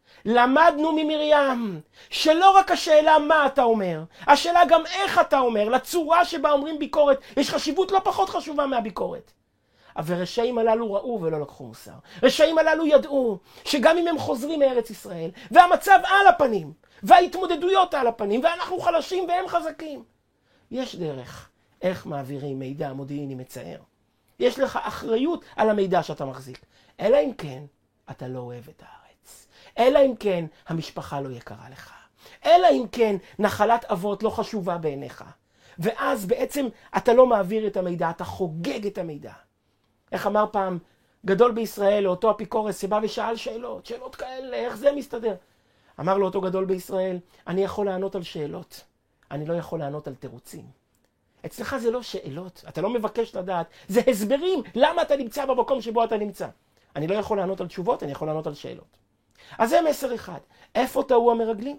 למדנו ממרים שלא רק השאלה מה אתה אומר, השאלה גם איך אתה אומר, לצורה שבה אומרים ביקורת, יש חשיבות לא פחות חשובה מהביקורת. אבל רשעים הללו ראו ולא לקחו מוסר. רשעים הללו ידעו שגם אם הם חוזרים מארץ ישראל, והמצב על הפנים, וההתמודדויות על הפנים, ואנחנו חלשים והם חזקים, יש דרך איך מעבירים מידע מודיעיני מצער. יש לך אחריות על המידע שאתה מחזיק. אלא אם כן, אתה לא אוהב את הארץ. אלא אם כן, המשפחה לא יקרה לך. אלא אם כן, נחלת אבות לא חשובה בעיניך. ואז בעצם אתה לא מעביר את המידע, אתה חוגג את המידע. איך אמר פעם גדול בישראל לאותו אפיקורס שבא ושאל שאלות כאלה, איך זה מסתדר? אמר לו אותו גדול בישראל, אני יכול לענות על שאלות, אני לא יכול לענות על תירוצים. אצלך זה לא שאלות, אתה לא מבקש לדעת, זה הסברים למה אתה נמצא במקום שבו אתה נמצא. אני לא יכול לענות על תשובות, אני יכול לענות על שאלות. אז זה מסר אחד. איפה טעו המרגלים?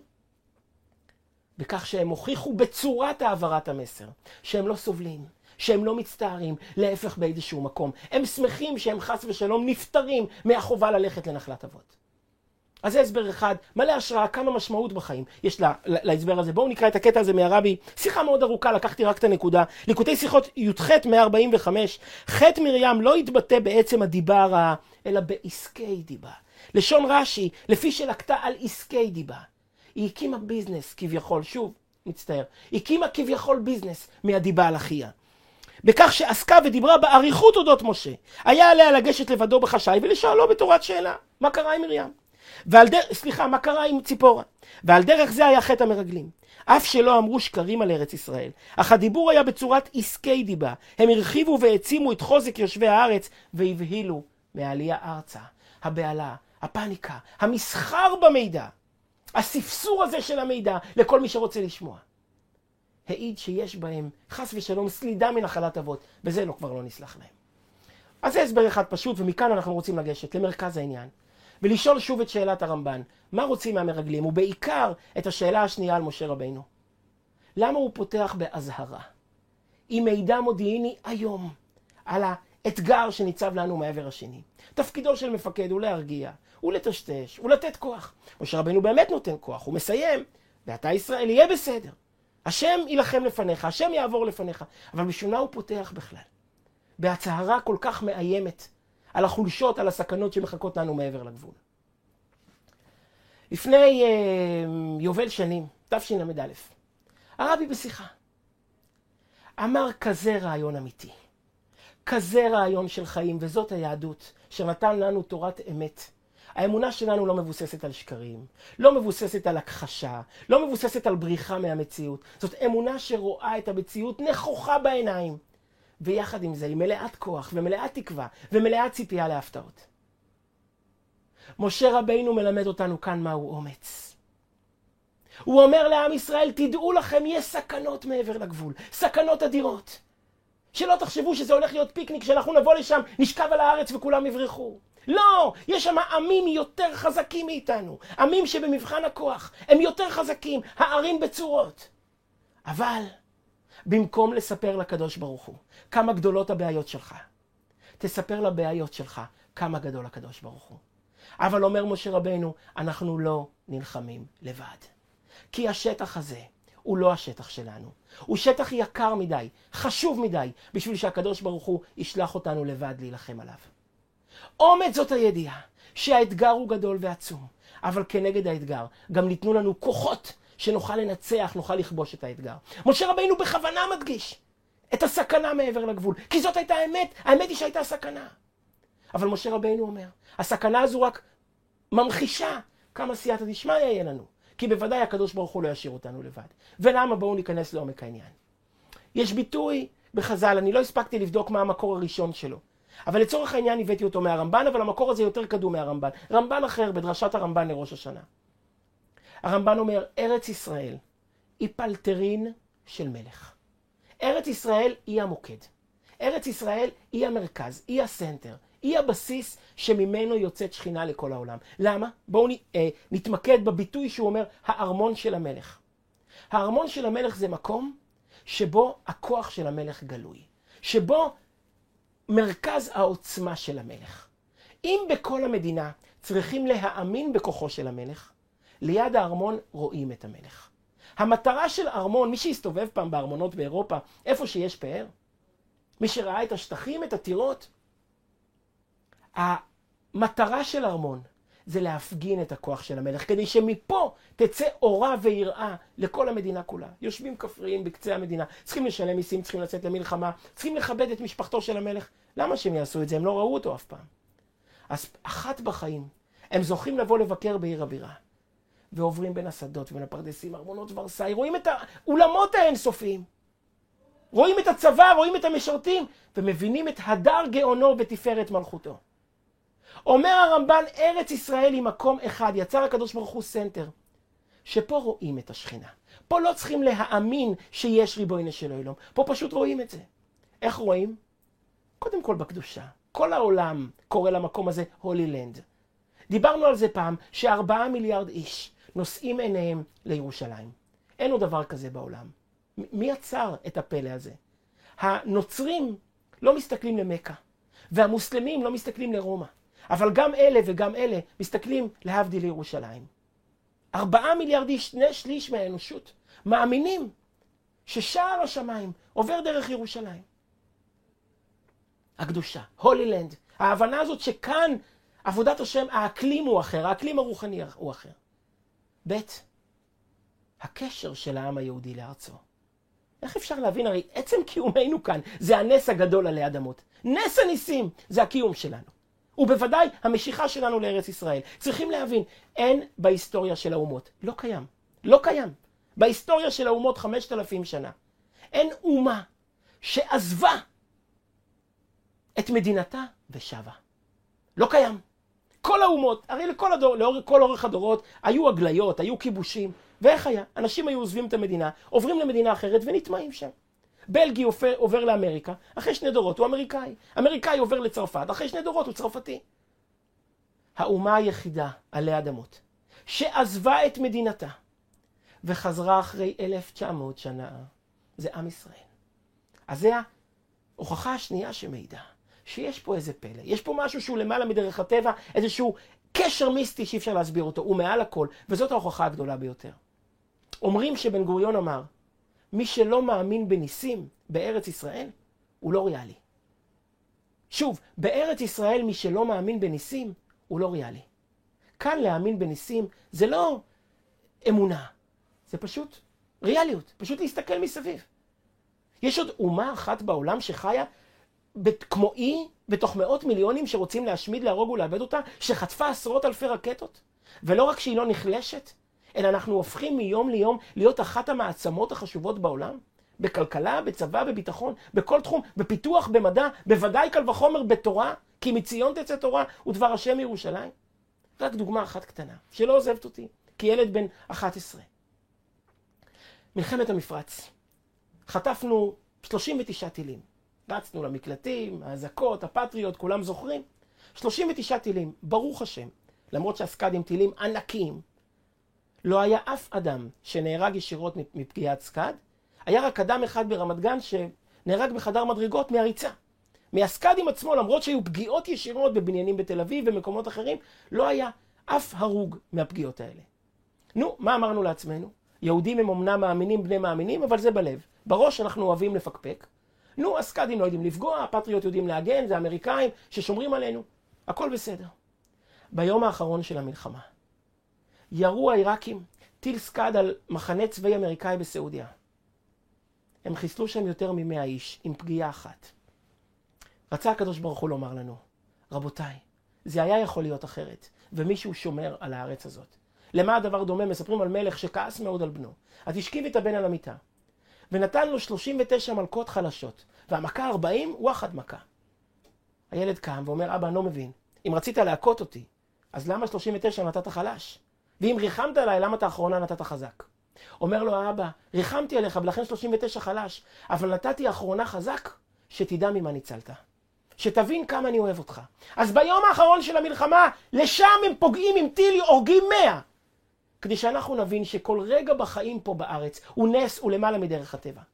בכך שהם הוכיחו בצורת העברת המסר, שהם לא סובלים, שהם לא מצטערים, להפך באיזשהו מקום. הם שמחים שהם חס ושלום נפטרים מהחובה ללכת לנחלת אבות. אז זה הסבר אחד, מלא השראה, כמה משמעות בחיים יש להסבר הזה. בואו נקרא את הקטע הזה מהרבי, שיחה מאוד ארוכה, לקחתי רק את הנקודה. ליקוטי שיחות י"ח 145, חטא מרים לא התבטא בעצם הדיבה הרעה, אלא בעסקי דיבה. לשון רש"י, לפי שלקתה על עסקי דיבה. היא הקימה ביזנס כביכול, שוב, מצטער, הקימה כביכול ביזנס מהדיבה על אחיה. בכך שעסקה ודיברה באריכות אודות משה, היה עליה לגשת לבדו בחשאי ולשאלו בתורת שאלה, מה קרה עם מרים? מה קרה עם ציפורה? ועל דרך זה היה חטא המרגלים. אף שלא אמרו שקרים על ארץ ישראל, אך הדיבור היה בצורת עסקי דיבה. הם הרחיבו והעצימו את חוזק יושבי הארץ והבהילו מהעלייה ארצה. הבעלה, הפניקה, המסחר במידע, הספסור הזה של המידע לכל מי שרוצה לשמוע. העיד שיש בהם חס ושלום סלידה מנחלת אבות, בזה כבר לא נסלח להם. אז זה הסבר אחד פשוט, ומכאן אנחנו רוצים לגשת למרכז העניין. ולשאול שוב את שאלת הרמב"ן, מה רוצים מהמרגלים? ובעיקר את השאלה השנייה על משה רבינו. למה הוא פותח בהזהרה? עם מידע מודיעיני היום על האתגר שניצב לנו מעבר השני. תפקידו של מפקד הוא להרגיע, הוא לטשטש, הוא לתת כוח. משה רבינו באמת נותן כוח, הוא מסיים, ואתה ישראל יהיה בסדר. השם ילחם לפניך, השם יעבור לפניך. אבל בשביל מה הוא פותח בכלל? בהצהרה כל כך מאיימת, על החולשות, על הסכנות שמחכות לנו מעבר לגבול. לפני יובל שנים, תשל"א, הרבי בשיחה אמר כזה רעיון אמיתי, כזה רעיון של חיים, וזאת היהדות שנתן לנו תורת אמת. האמונה שלנו לא מבוססת על שקרים, לא מבוססת על הכחשה, לא מבוססת על בריחה מהמציאות. זאת אמונה שרואה את המציאות נכוחה בעיניים. ויחד עם זה היא מלאת כוח ומלאת תקווה ומלאת ציפייה להפתעות. משה רבינו מלמד אותנו כאן מהו אומץ. הוא אומר לעם ישראל, תדעו לכם, יש סכנות מעבר לגבול, סכנות אדירות. שלא תחשבו שזה הולך להיות פיקניק, שאנחנו נבוא לשם, נשכב על הארץ וכולם יברחו. לא, יש שם עמים יותר חזקים מאיתנו, עמים שבמבחן הכוח הם יותר חזקים, הערים בצורות. אבל במקום לספר לקדוש ברוך הוא כמה גדולות הבעיות שלך, תספר לבעיות שלך כמה גדול הקדוש ברוך הוא. אבל אומר משה רבנו, אנחנו לא נלחמים לבד. כי השטח הזה הוא לא השטח שלנו. הוא שטח יקר מדי, חשוב מדי, בשביל שהקדוש ברוך הוא ישלח אותנו לבד להילחם עליו. אומץ זאת הידיעה שהאתגר הוא גדול ועצום, אבל כנגד האתגר גם ניתנו לנו כוחות שנוכל לנצח, נוכל לכבוש את האתגר. משה רבינו בכוונה מדגיש את הסכנה מעבר לגבול, כי זאת הייתה האמת, האמת היא שהייתה סכנה. אבל משה רבינו אומר, הסכנה הזו רק ממחישה כמה סייעתא דשמיא יהיה לנו, כי בוודאי הקדוש ברוך הוא לא ישאיר אותנו לבד. ולמה? בואו ניכנס לעומק העניין. יש ביטוי בחז"ל, אני לא הספקתי לבדוק מה המקור הראשון שלו, אבל לצורך העניין הבאתי אותו מהרמב"ן, אבל המקור הזה יותר קדום מהרמב"ן. רמב"ן אחר בדרשת הרמב"ן לראש השנה. הרמב"ן אומר, ארץ ישראל היא פלטרין של מלך. ארץ ישראל היא המוקד. ארץ ישראל היא המרכז, היא הסנטר, היא הבסיס שממנו יוצאת שכינה לכל העולם. למה? בואו נתמקד בביטוי שהוא אומר, הארמון של המלך. הארמון של המלך זה מקום שבו הכוח של המלך גלוי. שבו מרכז העוצמה של המלך. אם בכל המדינה צריכים להאמין בכוחו של המלך, ליד הארמון רואים את המלך. המטרה של ארמון, מי שהסתובב פעם בארמונות באירופה, איפה שיש פאר, מי שראה את השטחים, את הטירות, המטרה של ארמון זה להפגין את הכוח של המלך, כדי שמפה תצא אורה ויראה לכל המדינה כולה. יושבים כפריים בקצה המדינה, צריכים לשלם מיסים, צריכים לצאת למלחמה, צריכים לכבד את משפחתו של המלך. למה שהם יעשו את זה? הם לא ראו אותו אף פעם. אז אחת בחיים, הם זוכים לבוא לבקר בעיר הבירה, ועוברים בין השדות ובין הפרדסים, ארמונות ורסאי, רואים את האולמות האינסופיים, רואים את הצבא, רואים את המשרתים, ומבינים את הדר גאונו בתפארת מלכותו. אומר הרמב"ן, ארץ ישראל היא מקום אחד, יצר הקדוש ברוך הוא סנטר, שפה רואים את השכינה. פה לא צריכים להאמין שיש ריבונו של עולם, פה פשוט רואים את זה. איך רואים? קודם כל בקדושה. כל העולם קורא למקום הזה הולי לנד. דיברנו על זה פעם, ש4 מיליארד איש נושאים עיניהם לירושלים. אין עוד דבר כזה בעולם. מי יצר את הפלא הזה? הנוצרים לא מסתכלים למכה, והמוסלמים לא מסתכלים לרומא. אבל גם אלה וגם אלה מסתכלים להבדיל לירושלים. 4 מיליארד איש, 2/3 מהאנושות, מאמינים ששער השמיים עובר דרך ירושלים. הקדושה, הולי לנד, ההבנה הזאת שכאן עבודת השם, האקלים הוא אחר, האקלים הרוחני הוא אחר. ב' הקשר של העם היהודי לארצו. איך אפשר להבין? הרי עצם קיומנו כאן זה הנס הגדול עלי אדמות. נס הניסים זה הקיום שלנו. ובוודאי המשיכה שלנו לארץ ישראל. צריכים להבין, אין בהיסטוריה של האומות, לא קיים, לא קיים. בהיסטוריה של האומות 5,000 שנה. אין אומה שעזבה את מדינתה ושבה. לא קיים. כל האומות, הרי לכל אורך הדורות היו הגליות, היו כיבושים. ואיך היה? אנשים היו עוזבים את המדינה, עוברים למדינה אחרת ונטמעים שם. בלגי עובר לאמריקה, אחרי 2 דורות הוא אמריקאי. אמריקאי עובר לצרפת, אחרי 2 דורות הוא צרפתי. האומה היחידה עלי אדמות, שעזבה את מדינתה, וחזרה אחרי 1900 שנה, זה עם ישראל. אז זה ההוכחה השנייה שמעידה, שיש פה איזה פלא. יש פה משהו שהוא למעלה מדרך הטבע, איזשהו קשר מיסטי שאי אפשר להסביר אותו, הוא מעל הכל, וזאת ההוכחה הגדולה ביותר. אומרים שבן גוריון אמר, מי שלא מאמין בניסים בארץ ישראל, הוא לא ריאלי. שוב, בארץ ישראל מי שלא מאמין בניסים, הוא לא ריאלי. כאן להאמין בניסים זה לא אמונה, זה פשוט ריאליות, פשוט להסתכל מסביב. יש עוד אומה אחת בעולם שחיה כמו אי, בתוך 100 מיליונים שרוצים להשמיד, להרוג ולאבד אותה, שחטפה 10,000 רקטות, ולא רק שהיא לא נחלשת, אלא אנחנו הופכים מיום ליום להיות אחת המעצמות החשובות בעולם, בכלכלה, בצבא, בביטחון, בכל תחום, בפיתוח, במדע, בוודאי קל וחומר בתורה, כי מציון תצא תורה ודבר השם ירושלים. רק דוגמה אחת קטנה, שלא עוזבת אותי, כילד בן 11. מלחמת המפרץ. חטפנו 39 טילים. רצנו למקלטים, האזעקות, הפטריות, כולם זוכרים. 39 טילים, ברוך השם, למרות שהסקד עם טילים ענקיים. לא היה אף אדם שנהרג ישירות מפגיעת סקד, היה רק אדם אחד ברמת גן שנהרג בחדר מדרגות מהריצה. מהסקאדים עצמו, למרות שהיו פגיעות ישירות בבניינים בתל אביב ומקומות אחרים, לא היה אף הרוג מהפגיעות האלה. נו, מה אמרנו לעצמנו? יהודים הם אמנם מאמינים בני מאמינים, אבל זה בלב. בראש אנחנו אוהבים לפקפק. נו, הסקאדים לא יודעים לפגוע, הפטריוט יודעים להגן, זה האמריקאים ששומרים עלינו. הכל בסדר. ביום האחרון של המלחמה, ירו העיראקים טיל סקאד על מחנה צבאי אמריקאי בסעודיה. הם חיסלו שם יותר מ100 איש, עם פגיעה אחת. רצה הקדוש ברוך הוא לומר לנו, רבותיי, זה היה יכול להיות אחרת, ומישהו שומר על הארץ הזאת. למה הדבר דומה? מספרים על מלך שכעס מאוד על בנו. אז השכיב את הבן על המיטה, ונתן לו 39 מלכות חלשות, והמכה 40 הוא אחת מכה. הילד קם ואומר, אבא, אני לא מבין. אם רצית להכות אותי, אז למה 39 נתת חלש? ואם ריחמת עליי, למה את האחרונה נתת חזק? אומר לו האבא, ריחמתי עליך ולכן 39 חלש, אבל נתתי האחרונה חזק, שתדע ממה ניצלת. שתבין כמה אני אוהב אותך. אז ביום האחרון של המלחמה, לשם הם פוגעים עם טיל, הורגים 100. כדי שאנחנו נבין שכל רגע בחיים פה בארץ הוא נס ולמעלה מדרך הטבע.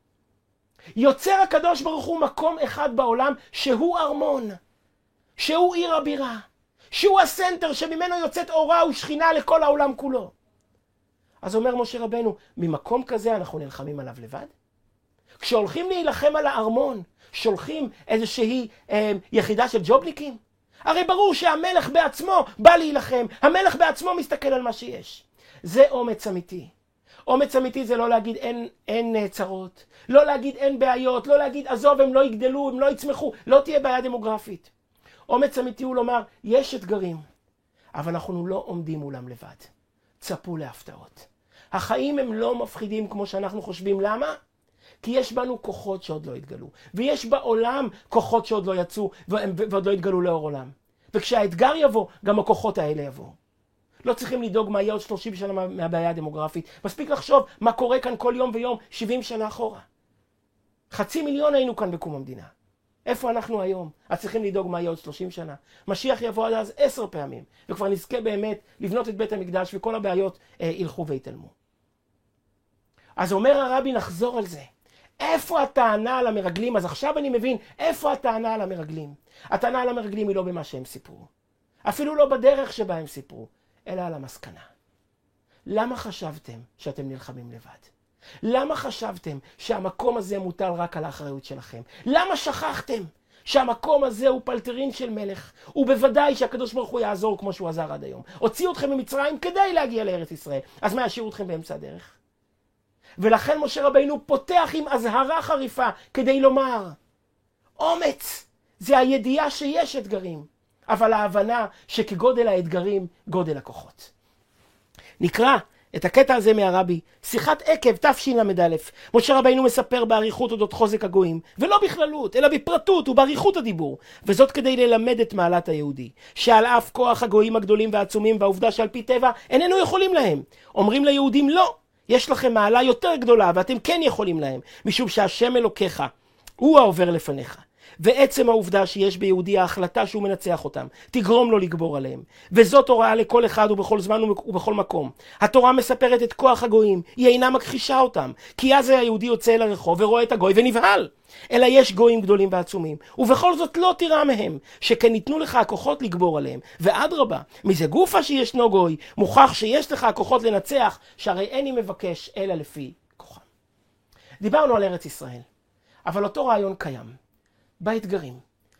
יוצר הקדוש ברוך הוא מקום אחד בעולם שהוא ארמון, שהוא עיר הבירה, שהוא הסנטר שממנו יוצאת אורה ושכינה לכל העולם כולו. אז אומר משה רבנו, ממקום כזה אנחנו נלחמים עליו לבד? כשהולכים להילחם על הארמון, שולחים איזושהי יחידה של ג'ובניקים? הרי ברור שהמלך בעצמו בא להילחם, המלך בעצמו מסתכל על מה שיש. זה אומץ אמיתי. אומץ אמיתי זה לא להגיד אין צרות, לא להגיד אין בעיות, לא להגיד עזוב הם לא יגדלו, הם לא יצמחו, לא תהיה בעיה דמוגרפית. אומץ אמיתי הוא לומר, יש אתגרים, אבל אנחנו לא עומדים מולם לבד. צפו להפתעות. החיים הם לא מפחידים כמו שאנחנו חושבים. למה? כי יש בנו כוחות שעוד לא התגלו. ויש בעולם כוחות שעוד לא יצאו ועוד לא התגלו לאור עולם. וכשהאתגר יבוא, גם הכוחות האלה יבואו. לא צריכים לדאוג מה יהיה עוד 30 שנה מהבעיה הדמוגרפית. מספיק לחשוב מה קורה כאן כל יום ויום 70 שנה אחורה. 500,000 היינו כאן בקום המדינה. איפה אנחנו היום? אז צריכים לדאוג מה יהיה עוד 30 שנה. משיח יבוא עד אז 10 פעמים, וכבר נזכה באמת לבנות את בית המקדש, וכל הבעיות ילכו ויתעלמו. אז אומר הרבי, נחזור על זה. איפה הטענה על המרגלים? אז עכשיו אני מבין איפה הטענה על המרגלים. הטענה על המרגלים היא לא במה שהם סיפרו. אפילו לא בדרך שבה הם סיפרו, אלא על המסקנה. למה חשבתם שאתם נלחמים לבד? למה חשבתם שהמקום הזה מוטל רק על האחריות שלכם? למה שכחתם שהמקום הזה הוא פלטרין של מלך? ובוודאי שהקדוש ברוך הוא יעזור כמו שהוא עזר עד היום. הוציאו אתכם ממצרים כדי להגיע לארץ ישראל. אז מה, ישאירו אתכם באמצע הדרך? ולכן משה רבינו פותח עם אזהרה חריפה כדי לומר, אומץ זה הידיעה שיש אתגרים, אבל ההבנה שכגודל האתגרים גודל הכוחות. נקרא את הקטע הזה מהרבי, שיחת עקב תשל"א. משה רבינו מספר באריכות אודות חוזק הגויים, ולא בכללות, אלא בפרטות ובאריכות הדיבור, וזאת כדי ללמד את מעלת היהודי, שעל אף כוח הגויים הגדולים והעצומים והעובדה שעל פי טבע איננו יכולים להם. אומרים ליהודים לא, יש לכם מעלה יותר גדולה ואתם כן יכולים להם, משום שהשם אלוקיך הוא העובר לפניך. ועצם העובדה שיש ביהודי ההחלטה שהוא מנצח אותם, תגרום לו לגבור עליהם. וזאת הוראה לכל אחד ובכל זמן ובכל מקום. התורה מספרת את כוח הגויים, היא אינה מכחישה אותם. כי אז היהודי יוצא אל הרחוב ורואה את הגוי ונבהל. אלא יש גויים גדולים ועצומים, ובכל זאת לא תירא מהם, שכן ניתנו לך הכוחות לגבור עליהם. ואדרבה, מזה גופה שישנו גוי, מוכח שיש לך הכוחות לנצח, שהרי איני מבקש אלא לפי כוחם. דיברנו על ארץ ישראל, אבל אותו רעיון קיים. באתגרים,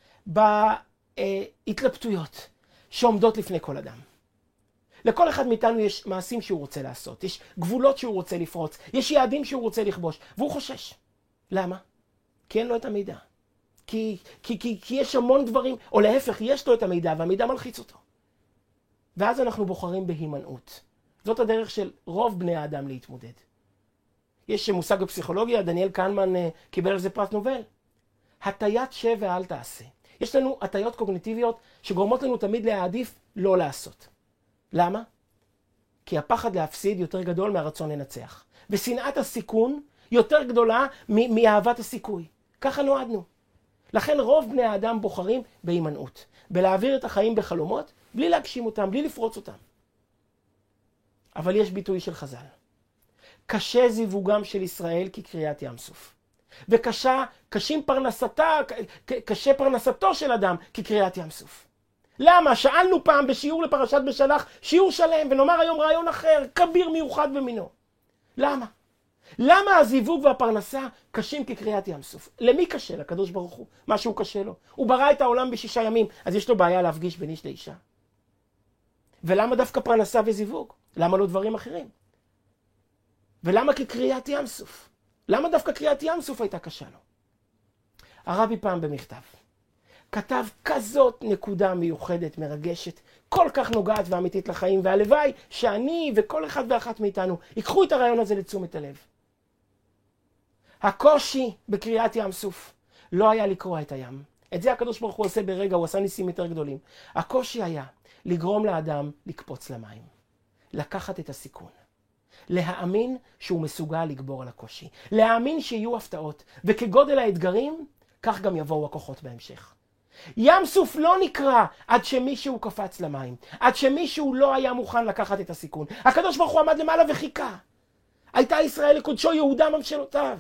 בהתלבטויות שעומדות לפני כל אדם. לכל אחד מאיתנו יש מעשים שהוא רוצה לעשות, יש גבולות שהוא רוצה לפרוץ, יש יעדים שהוא רוצה לכבוש, והוא חושש. למה? כי אין לו את המידע. כי יש המון דברים, או להפך, יש לו את המידע, והמידע מלחיץ אותו. ואז אנחנו בוחרים בהימנעות. זאת הדרך של רוב בני האדם להתמודד. יש מושג בפסיכולוגיה, דניאל קהנמן קיבל על זה פרס נובל. הטיית שב ואל תעשה. יש לנו הטיות קוגניטיביות שגורמות לנו תמיד להעדיף לא לעשות. למה? כי הפחד להפסיד יותר גדול מהרצון לנצח. ושנאת הסיכון יותר גדולה מאהבת הסיכוי. ככה נועדנו. לכן רוב בני האדם בוחרים בהימנעות. בלהעביר את החיים בחלומות, בלי להגשים אותם, בלי לפרוץ אותם. אבל יש ביטוי של חז"ל. קשה זיווגם של ישראל כקריעת ים סוף. וקשה פרנסתו של אדם כקריעת ים סוף. למה? שאלנו פעם בשיעור לפרשת בשלח, שיעור שלם, ונאמר היום רעיון אחר, כביר מיוחד במינו. למה? למה הזיווג והפרנסה קשים כקריעת ים סוף? למי קשה? לקדוש ברוך הוא. משהו קשה לו. הוא ברא את העולם ב6 ימים, אז יש לו בעיה להפגיש בין איש לאישה. ולמה דווקא פרנסה וזיווג? למה לא דברים אחרים? ולמה כקריעת ים סוף? למה דווקא קריאת ים סוף הייתה קשה לו? הרבי פעם במכתב כתב כזאת נקודה מיוחדת, מרגשת, כל כך נוגעת ואמיתית לחיים, והלוואי שאני וכל אחד ואחת מאיתנו ייקחו את הרעיון הזה לתשומת הלב. הקושי בקריאת ים סוף לא היה לקרוע את הים. את זה הקדוש ברוך הוא עושה ברגע, הוא עשה ניסים יותר גדולים. הקושי היה לגרום לאדם לקפוץ למים, לקחת את הסיכון. להאמין שהוא מסוגל לגבור על הקושי. להאמין שיהיו הפתעות, וכגודל האתגרים, כך גם יבואו הכוחות בהמשך. ים סוף לא נקרא עד שמישהו קפץ למים, עד שמישהו לא היה מוכן לקחת את הסיכון. הקדוש ברוך הוא עמד למעלה וחיכה. הייתה ישראל לקודשו יהודה ממשלותיו.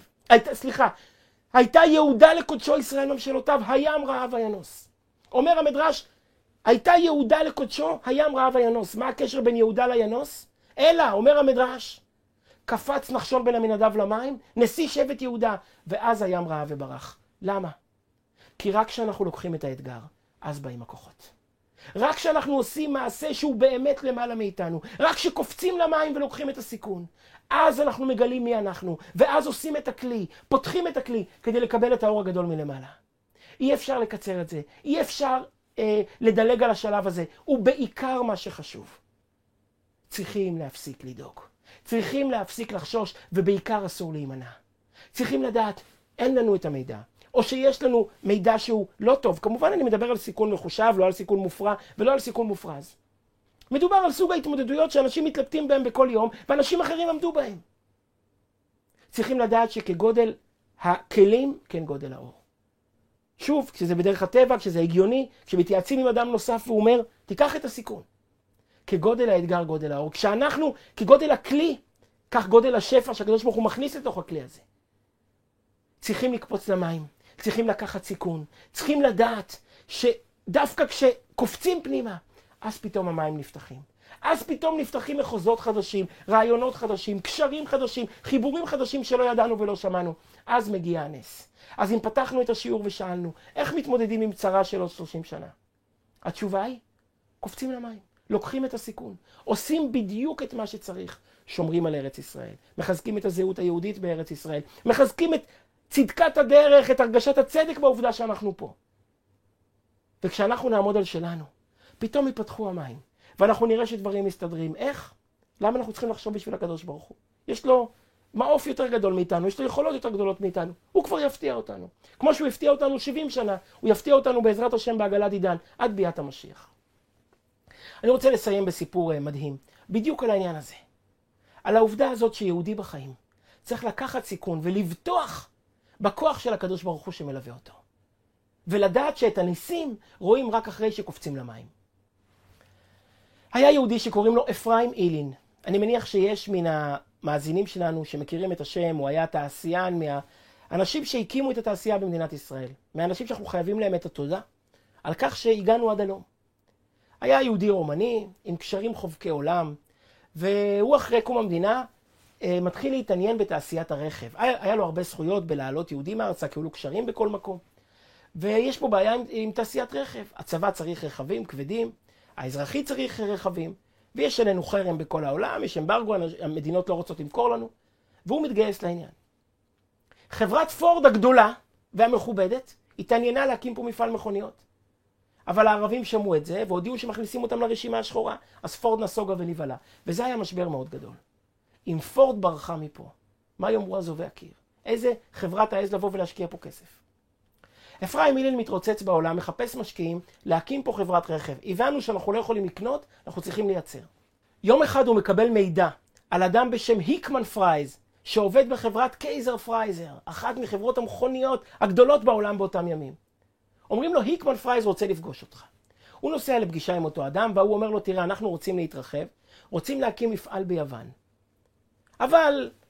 הייתה יהודה לקודשו ישראל ממשלותיו, הים רעב וינוס. אומר המדרש, הייתה יהודה לקודשו, הים רעב וינוס. מה הקשר בין יהודה לינוס? אלא, אומר המדרש, קפץ נחשון בן עמינדב למים, נשיא שבט יהודה, ואז הים רעב וברח. למה? כי רק כשאנחנו לוקחים את האתגר, אז באים הכוחות. רק כשאנחנו עושים מעשה שהוא באמת למעלה מאיתנו, רק כשקופצים למים ולוקחים את הסיכון, אז אנחנו מגלים מי אנחנו, ואז עושים את הכלי, פותחים את הכלי, כדי לקבל את האור הגדול מלמעלה. אי אפשר לקצר את זה, אי אפשר לדלג על השלב הזה, ובעיקר מה שחשוב. צריכים להפסיק לדאוג. צריכים להפסיק לחשוש, ובעיקר אסור להימנע. צריכים לדעת, אין לנו את המידע. או שיש לנו מידע שהוא לא טוב. כמובן אני מדבר על סיכון מחושב, לא על סיכון מופרע, ולא על סיכון מופרז. מדובר על סוג ההתמודדויות שאנשים מתלבטים בהם בכל יום, ואנשים אחרים עמדו בהם. צריכים לדעת שכגודל הכלים, כן גודל האור. שוב, כשזה בדרך הטבע, כשזה הגיוני, כשמתייעצים עם אדם נוסף והוא אומר, תיקח את הסיכון. כגודל האתגר, גודל האור. כשאנחנו, כגודל הכלי, כך גודל השפע שהקדוש ברוך הוא מכניס לתוך הכלי הזה. צריכים לקפוץ למים, צריכים לקחת סיכון, צריכים לדעת שדווקא כשקופצים פנימה, אז פתאום המים נפתחים. אז פתאום נפתחים מחוזות חדשים, רעיונות חדשים, קשרים חדשים, חיבורים חדשים שלא ידענו ולא שמענו. אז מגיע הנס. אז אם פתחנו את השיעור ושאלנו, איך מתמודדים עם צרה של עוד 30 שנה? התשובה היא, קופצים למים. לוקחים את הסיכון, עושים בדיוק את מה שצריך, שומרים על ארץ ישראל, מחזקים את הזהות היהודית בארץ ישראל, מחזקים את צדקת הדרך, את הרגשת הצדק בעובדה שאנחנו פה. וכשאנחנו נעמוד על שלנו, פתאום ייפתחו המים, ואנחנו נראה שדברים מסתדרים. איך? למה אנחנו צריכים לחשוב בשביל הקדוש ברוך הוא? יש לו מעוף יותר גדול מאיתנו, יש לו יכולות יותר גדולות מאיתנו, הוא כבר יפתיע אותנו. כמו שהוא יפתיע אותנו 70 שנה, הוא יפתיע אותנו בעזרת השם בעגלת עידן, עד ביאת המשיח. אני רוצה לסיים בסיפור מדהים, בדיוק על העניין הזה. על העובדה הזאת שיהודי בחיים צריך לקחת סיכון ולבטוח בכוח של הקדוש ברוך הוא שמלווה אותו. ולדעת שאת הניסים רואים רק אחרי שקופצים למים. היה יהודי שקוראים לו אפרים אילין. אני מניח שיש מן המאזינים שלנו שמכירים את השם, הוא היה תעשיין מהאנשים שהקימו את התעשייה במדינת ישראל. מהאנשים שאנחנו חייבים להם את התודה על כך שהגענו עד הלום. היה יהודי רומני עם קשרים חובקי עולם, והוא אחרי קום המדינה מתחיל להתעניין בתעשיית הרכב. היה לו הרבה זכויות בלהעלות יהודים מארצה, כי היו לו קשרים בכל מקום. ויש פה בעיה עם תעשיית רכב. הצבא צריך רכבים כבדים, האזרחי צריך רכבים, ויש עלינו חרם בכל העולם, יש אמברגו, המדינות לא רוצות למכור לנו, והוא מתגייס לעניין. חברת פורד הגדולה והמכובדת התעניינה להקים פה מפעל מכוניות. אבל הערבים שמעו את זה, והודיעו שמכניסים אותם לרשימה השחורה, אז פורד נסוגה ונבהלה. וזה היה משבר מאוד גדול. אם פורד ברחה מפה, מה יאמרו אזובי הקיר? איזה חברה תעז לבוא ולהשקיע פה כסף? אפרים אילין מתרוצץ בעולם, מחפש משקיעים, להקים פה חברת רכב. הבנו שאנחנו לא יכולים לקנות, אנחנו צריכים לייצר. יום אחד הוא מקבל מידע על אדם בשם היקמן פרייז, שעובד בחברת קייזר פרייזר, אחת מחברות המכוניות הגדולות בעולם באותם ימים. אומרים לו, היקמן פרייז רוצה לפגוש אותך. הוא נוסע לפגישה עם אותו אדם, והוא אומר לו, תראה, אנחנו רוצים להתרחב, רוצים להקים מפעל ביוון. אבל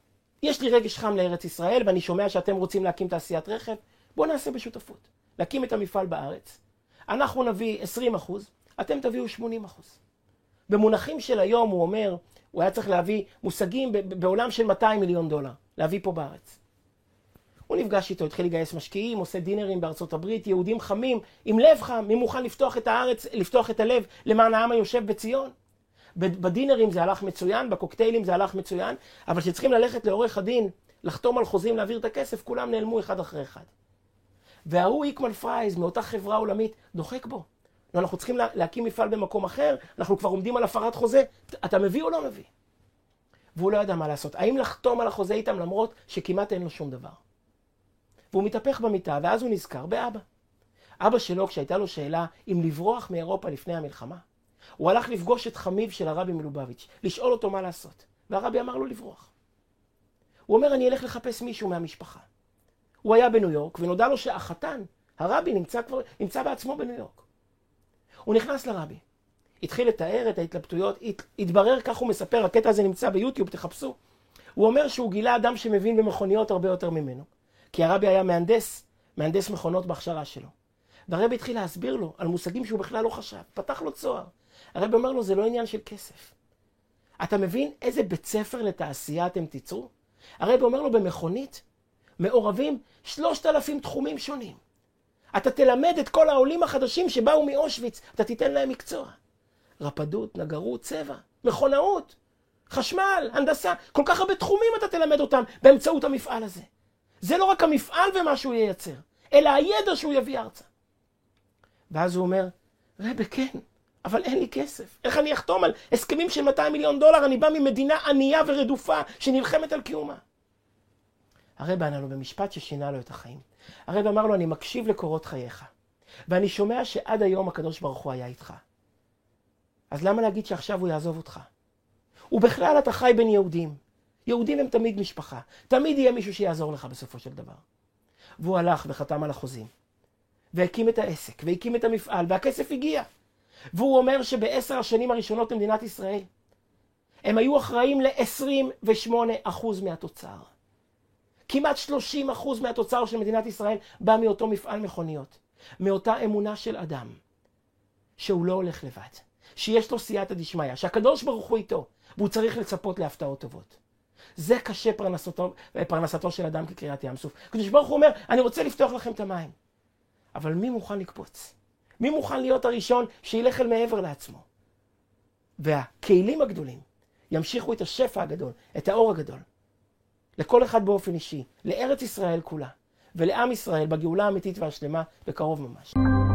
יש לי רגש חם לארץ ישראל, ואני שומע שאתם רוצים להקים תעשיית רכב, בואו נעשה בשותפות. להקים את המפעל בארץ. אנחנו נביא 20%, אתם תביאו 80%. במונחים של היום הוא אומר, הוא היה צריך להביא מושגים בעולם של $200 מיליון, להביא פה בארץ. הוא נפגש איתו, התחיל לגייס משקיעים, עושה דינרים בארצות הברית, יהודים חמים, עם לב חם, מי מוכן לפתוח את הארץ, לפתוח את הלב למען העם היושב בציון. בדינרים זה הלך מצוין, בקוקטיילים זה הלך מצוין, אבל שצריכים ללכת לעורך הדין, לחתום על חוזים, להעביר את הכסף, כולם נעלמו אחד אחרי אחד. והוא איקמן פרייז מאותה חברה עולמית דוחק בו. אנחנו צריכים להקים מפעל במקום אחר, אנחנו כבר עומדים על הפרת חוזה, אתה מביא או לא מביא? והוא לא ידע מה לעשות. האם לחתום על החוזה איתם למרות שכמעט אין לו שום דבר? והוא מתהפך במיטה, ואז הוא נזכר באבא. אבא שלו, כשהייתה לו שאלה אם לברוח מאירופה לפני המלחמה, הוא הלך לפגוש את חמיו של הרבי מלובביץ', לשאול אותו מה לעשות. והרבי אמר לו לברוח. הוא אומר, אני אלך לחפש מישהו מהמשפחה. הוא היה בניו יורק, ונודע לו שהחתן, הרבי, נמצא בעצמו בניו יורק. הוא נכנס לרבי, התחיל לתאר את ההתלבטויות, התברר, כך הוא מספר, הקטע הזה נמצא ביוטיוב, תחפשו. הוא אומר שהוא גילה אדם שמבין במכוניות הרבה יותר ממנו. כי הרבי היה מהנדס מכונות בהכשרה שלו. והרבי התחיל להסביר לו על מושגים שהוא בכלל לא חשב. פתח לו צוהר. הרבי אומר לו, זה לא עניין של כסף. אתה מבין איזה בית ספר לתעשייה אתם תיצרו? הרבי אומר לו, במכונית מעורבים 3,000 תחומים שונים. אתה תלמד את כל העולים החדשים שבאו מאושוויץ, אתה תיתן להם מקצוע. רפדות, נגרות, צבע, מכונאות, חשמל, הנדסה, כל כך הרבה תחומים אתה תלמד אותם באמצעות המפעל הזה. זה לא רק המפעל ומה שהוא ייצר, אלא הידע שהוא יביא ארצה. ואז הוא אומר, רבי, כן, אבל אין לי כסף. איך אני אחתום על הסכמים של $200 מיליון? אני בא ממדינה ענייה ורדופה שנלחמת על קיומה. הרבי ענה לו במשפט ששינה לו את החיים. הרבי אמר לו, אני מקשיב לקורות חייך, ואני שומע שעד היום הקדוש ברוך הוא היה איתך. אז למה להגיד שעכשיו הוא יעזוב אותך? ובכלל אתה חי בין יהודים. יהודים הם תמיד משפחה. תמיד יהיה מישהו שיעזור לך בסופו של דבר. והוא הלך וחתם על החוזים. והקים את העסק, והקים את המפעל, והכסף הגיע. והוא אומר שב10 השנים הראשונות למדינת ישראל, הם היו אחראים ל-28% מהתוצר. כמעט 30% מהתוצר של מדינת ישראל בא מאותו מפעל מכוניות. מאותה אמונה של אדם, שהוא לא הולך לבד. שיש לו סייעתא דשמיא, שהקדוש ברוך הוא איתו, והוא צריך לצפות להפתעות טובות. זה קשה פרנסתו של אדם כקריעת ים סוף. הקדוש ברוך הוא אומר, אני רוצה לפתוח לכם את המים. אבל מי מוכן לקפוץ? מי מוכן להיות הראשון שילך אל מעבר לעצמו? והכלים הגדולים ימשיכו את השפע הגדול, את האור הגדול. לכל אחד באופן אישי, לארץ ישראל כולה, ולעם ישראל בגאולה האמיתית והשלמה בקרוב ממש.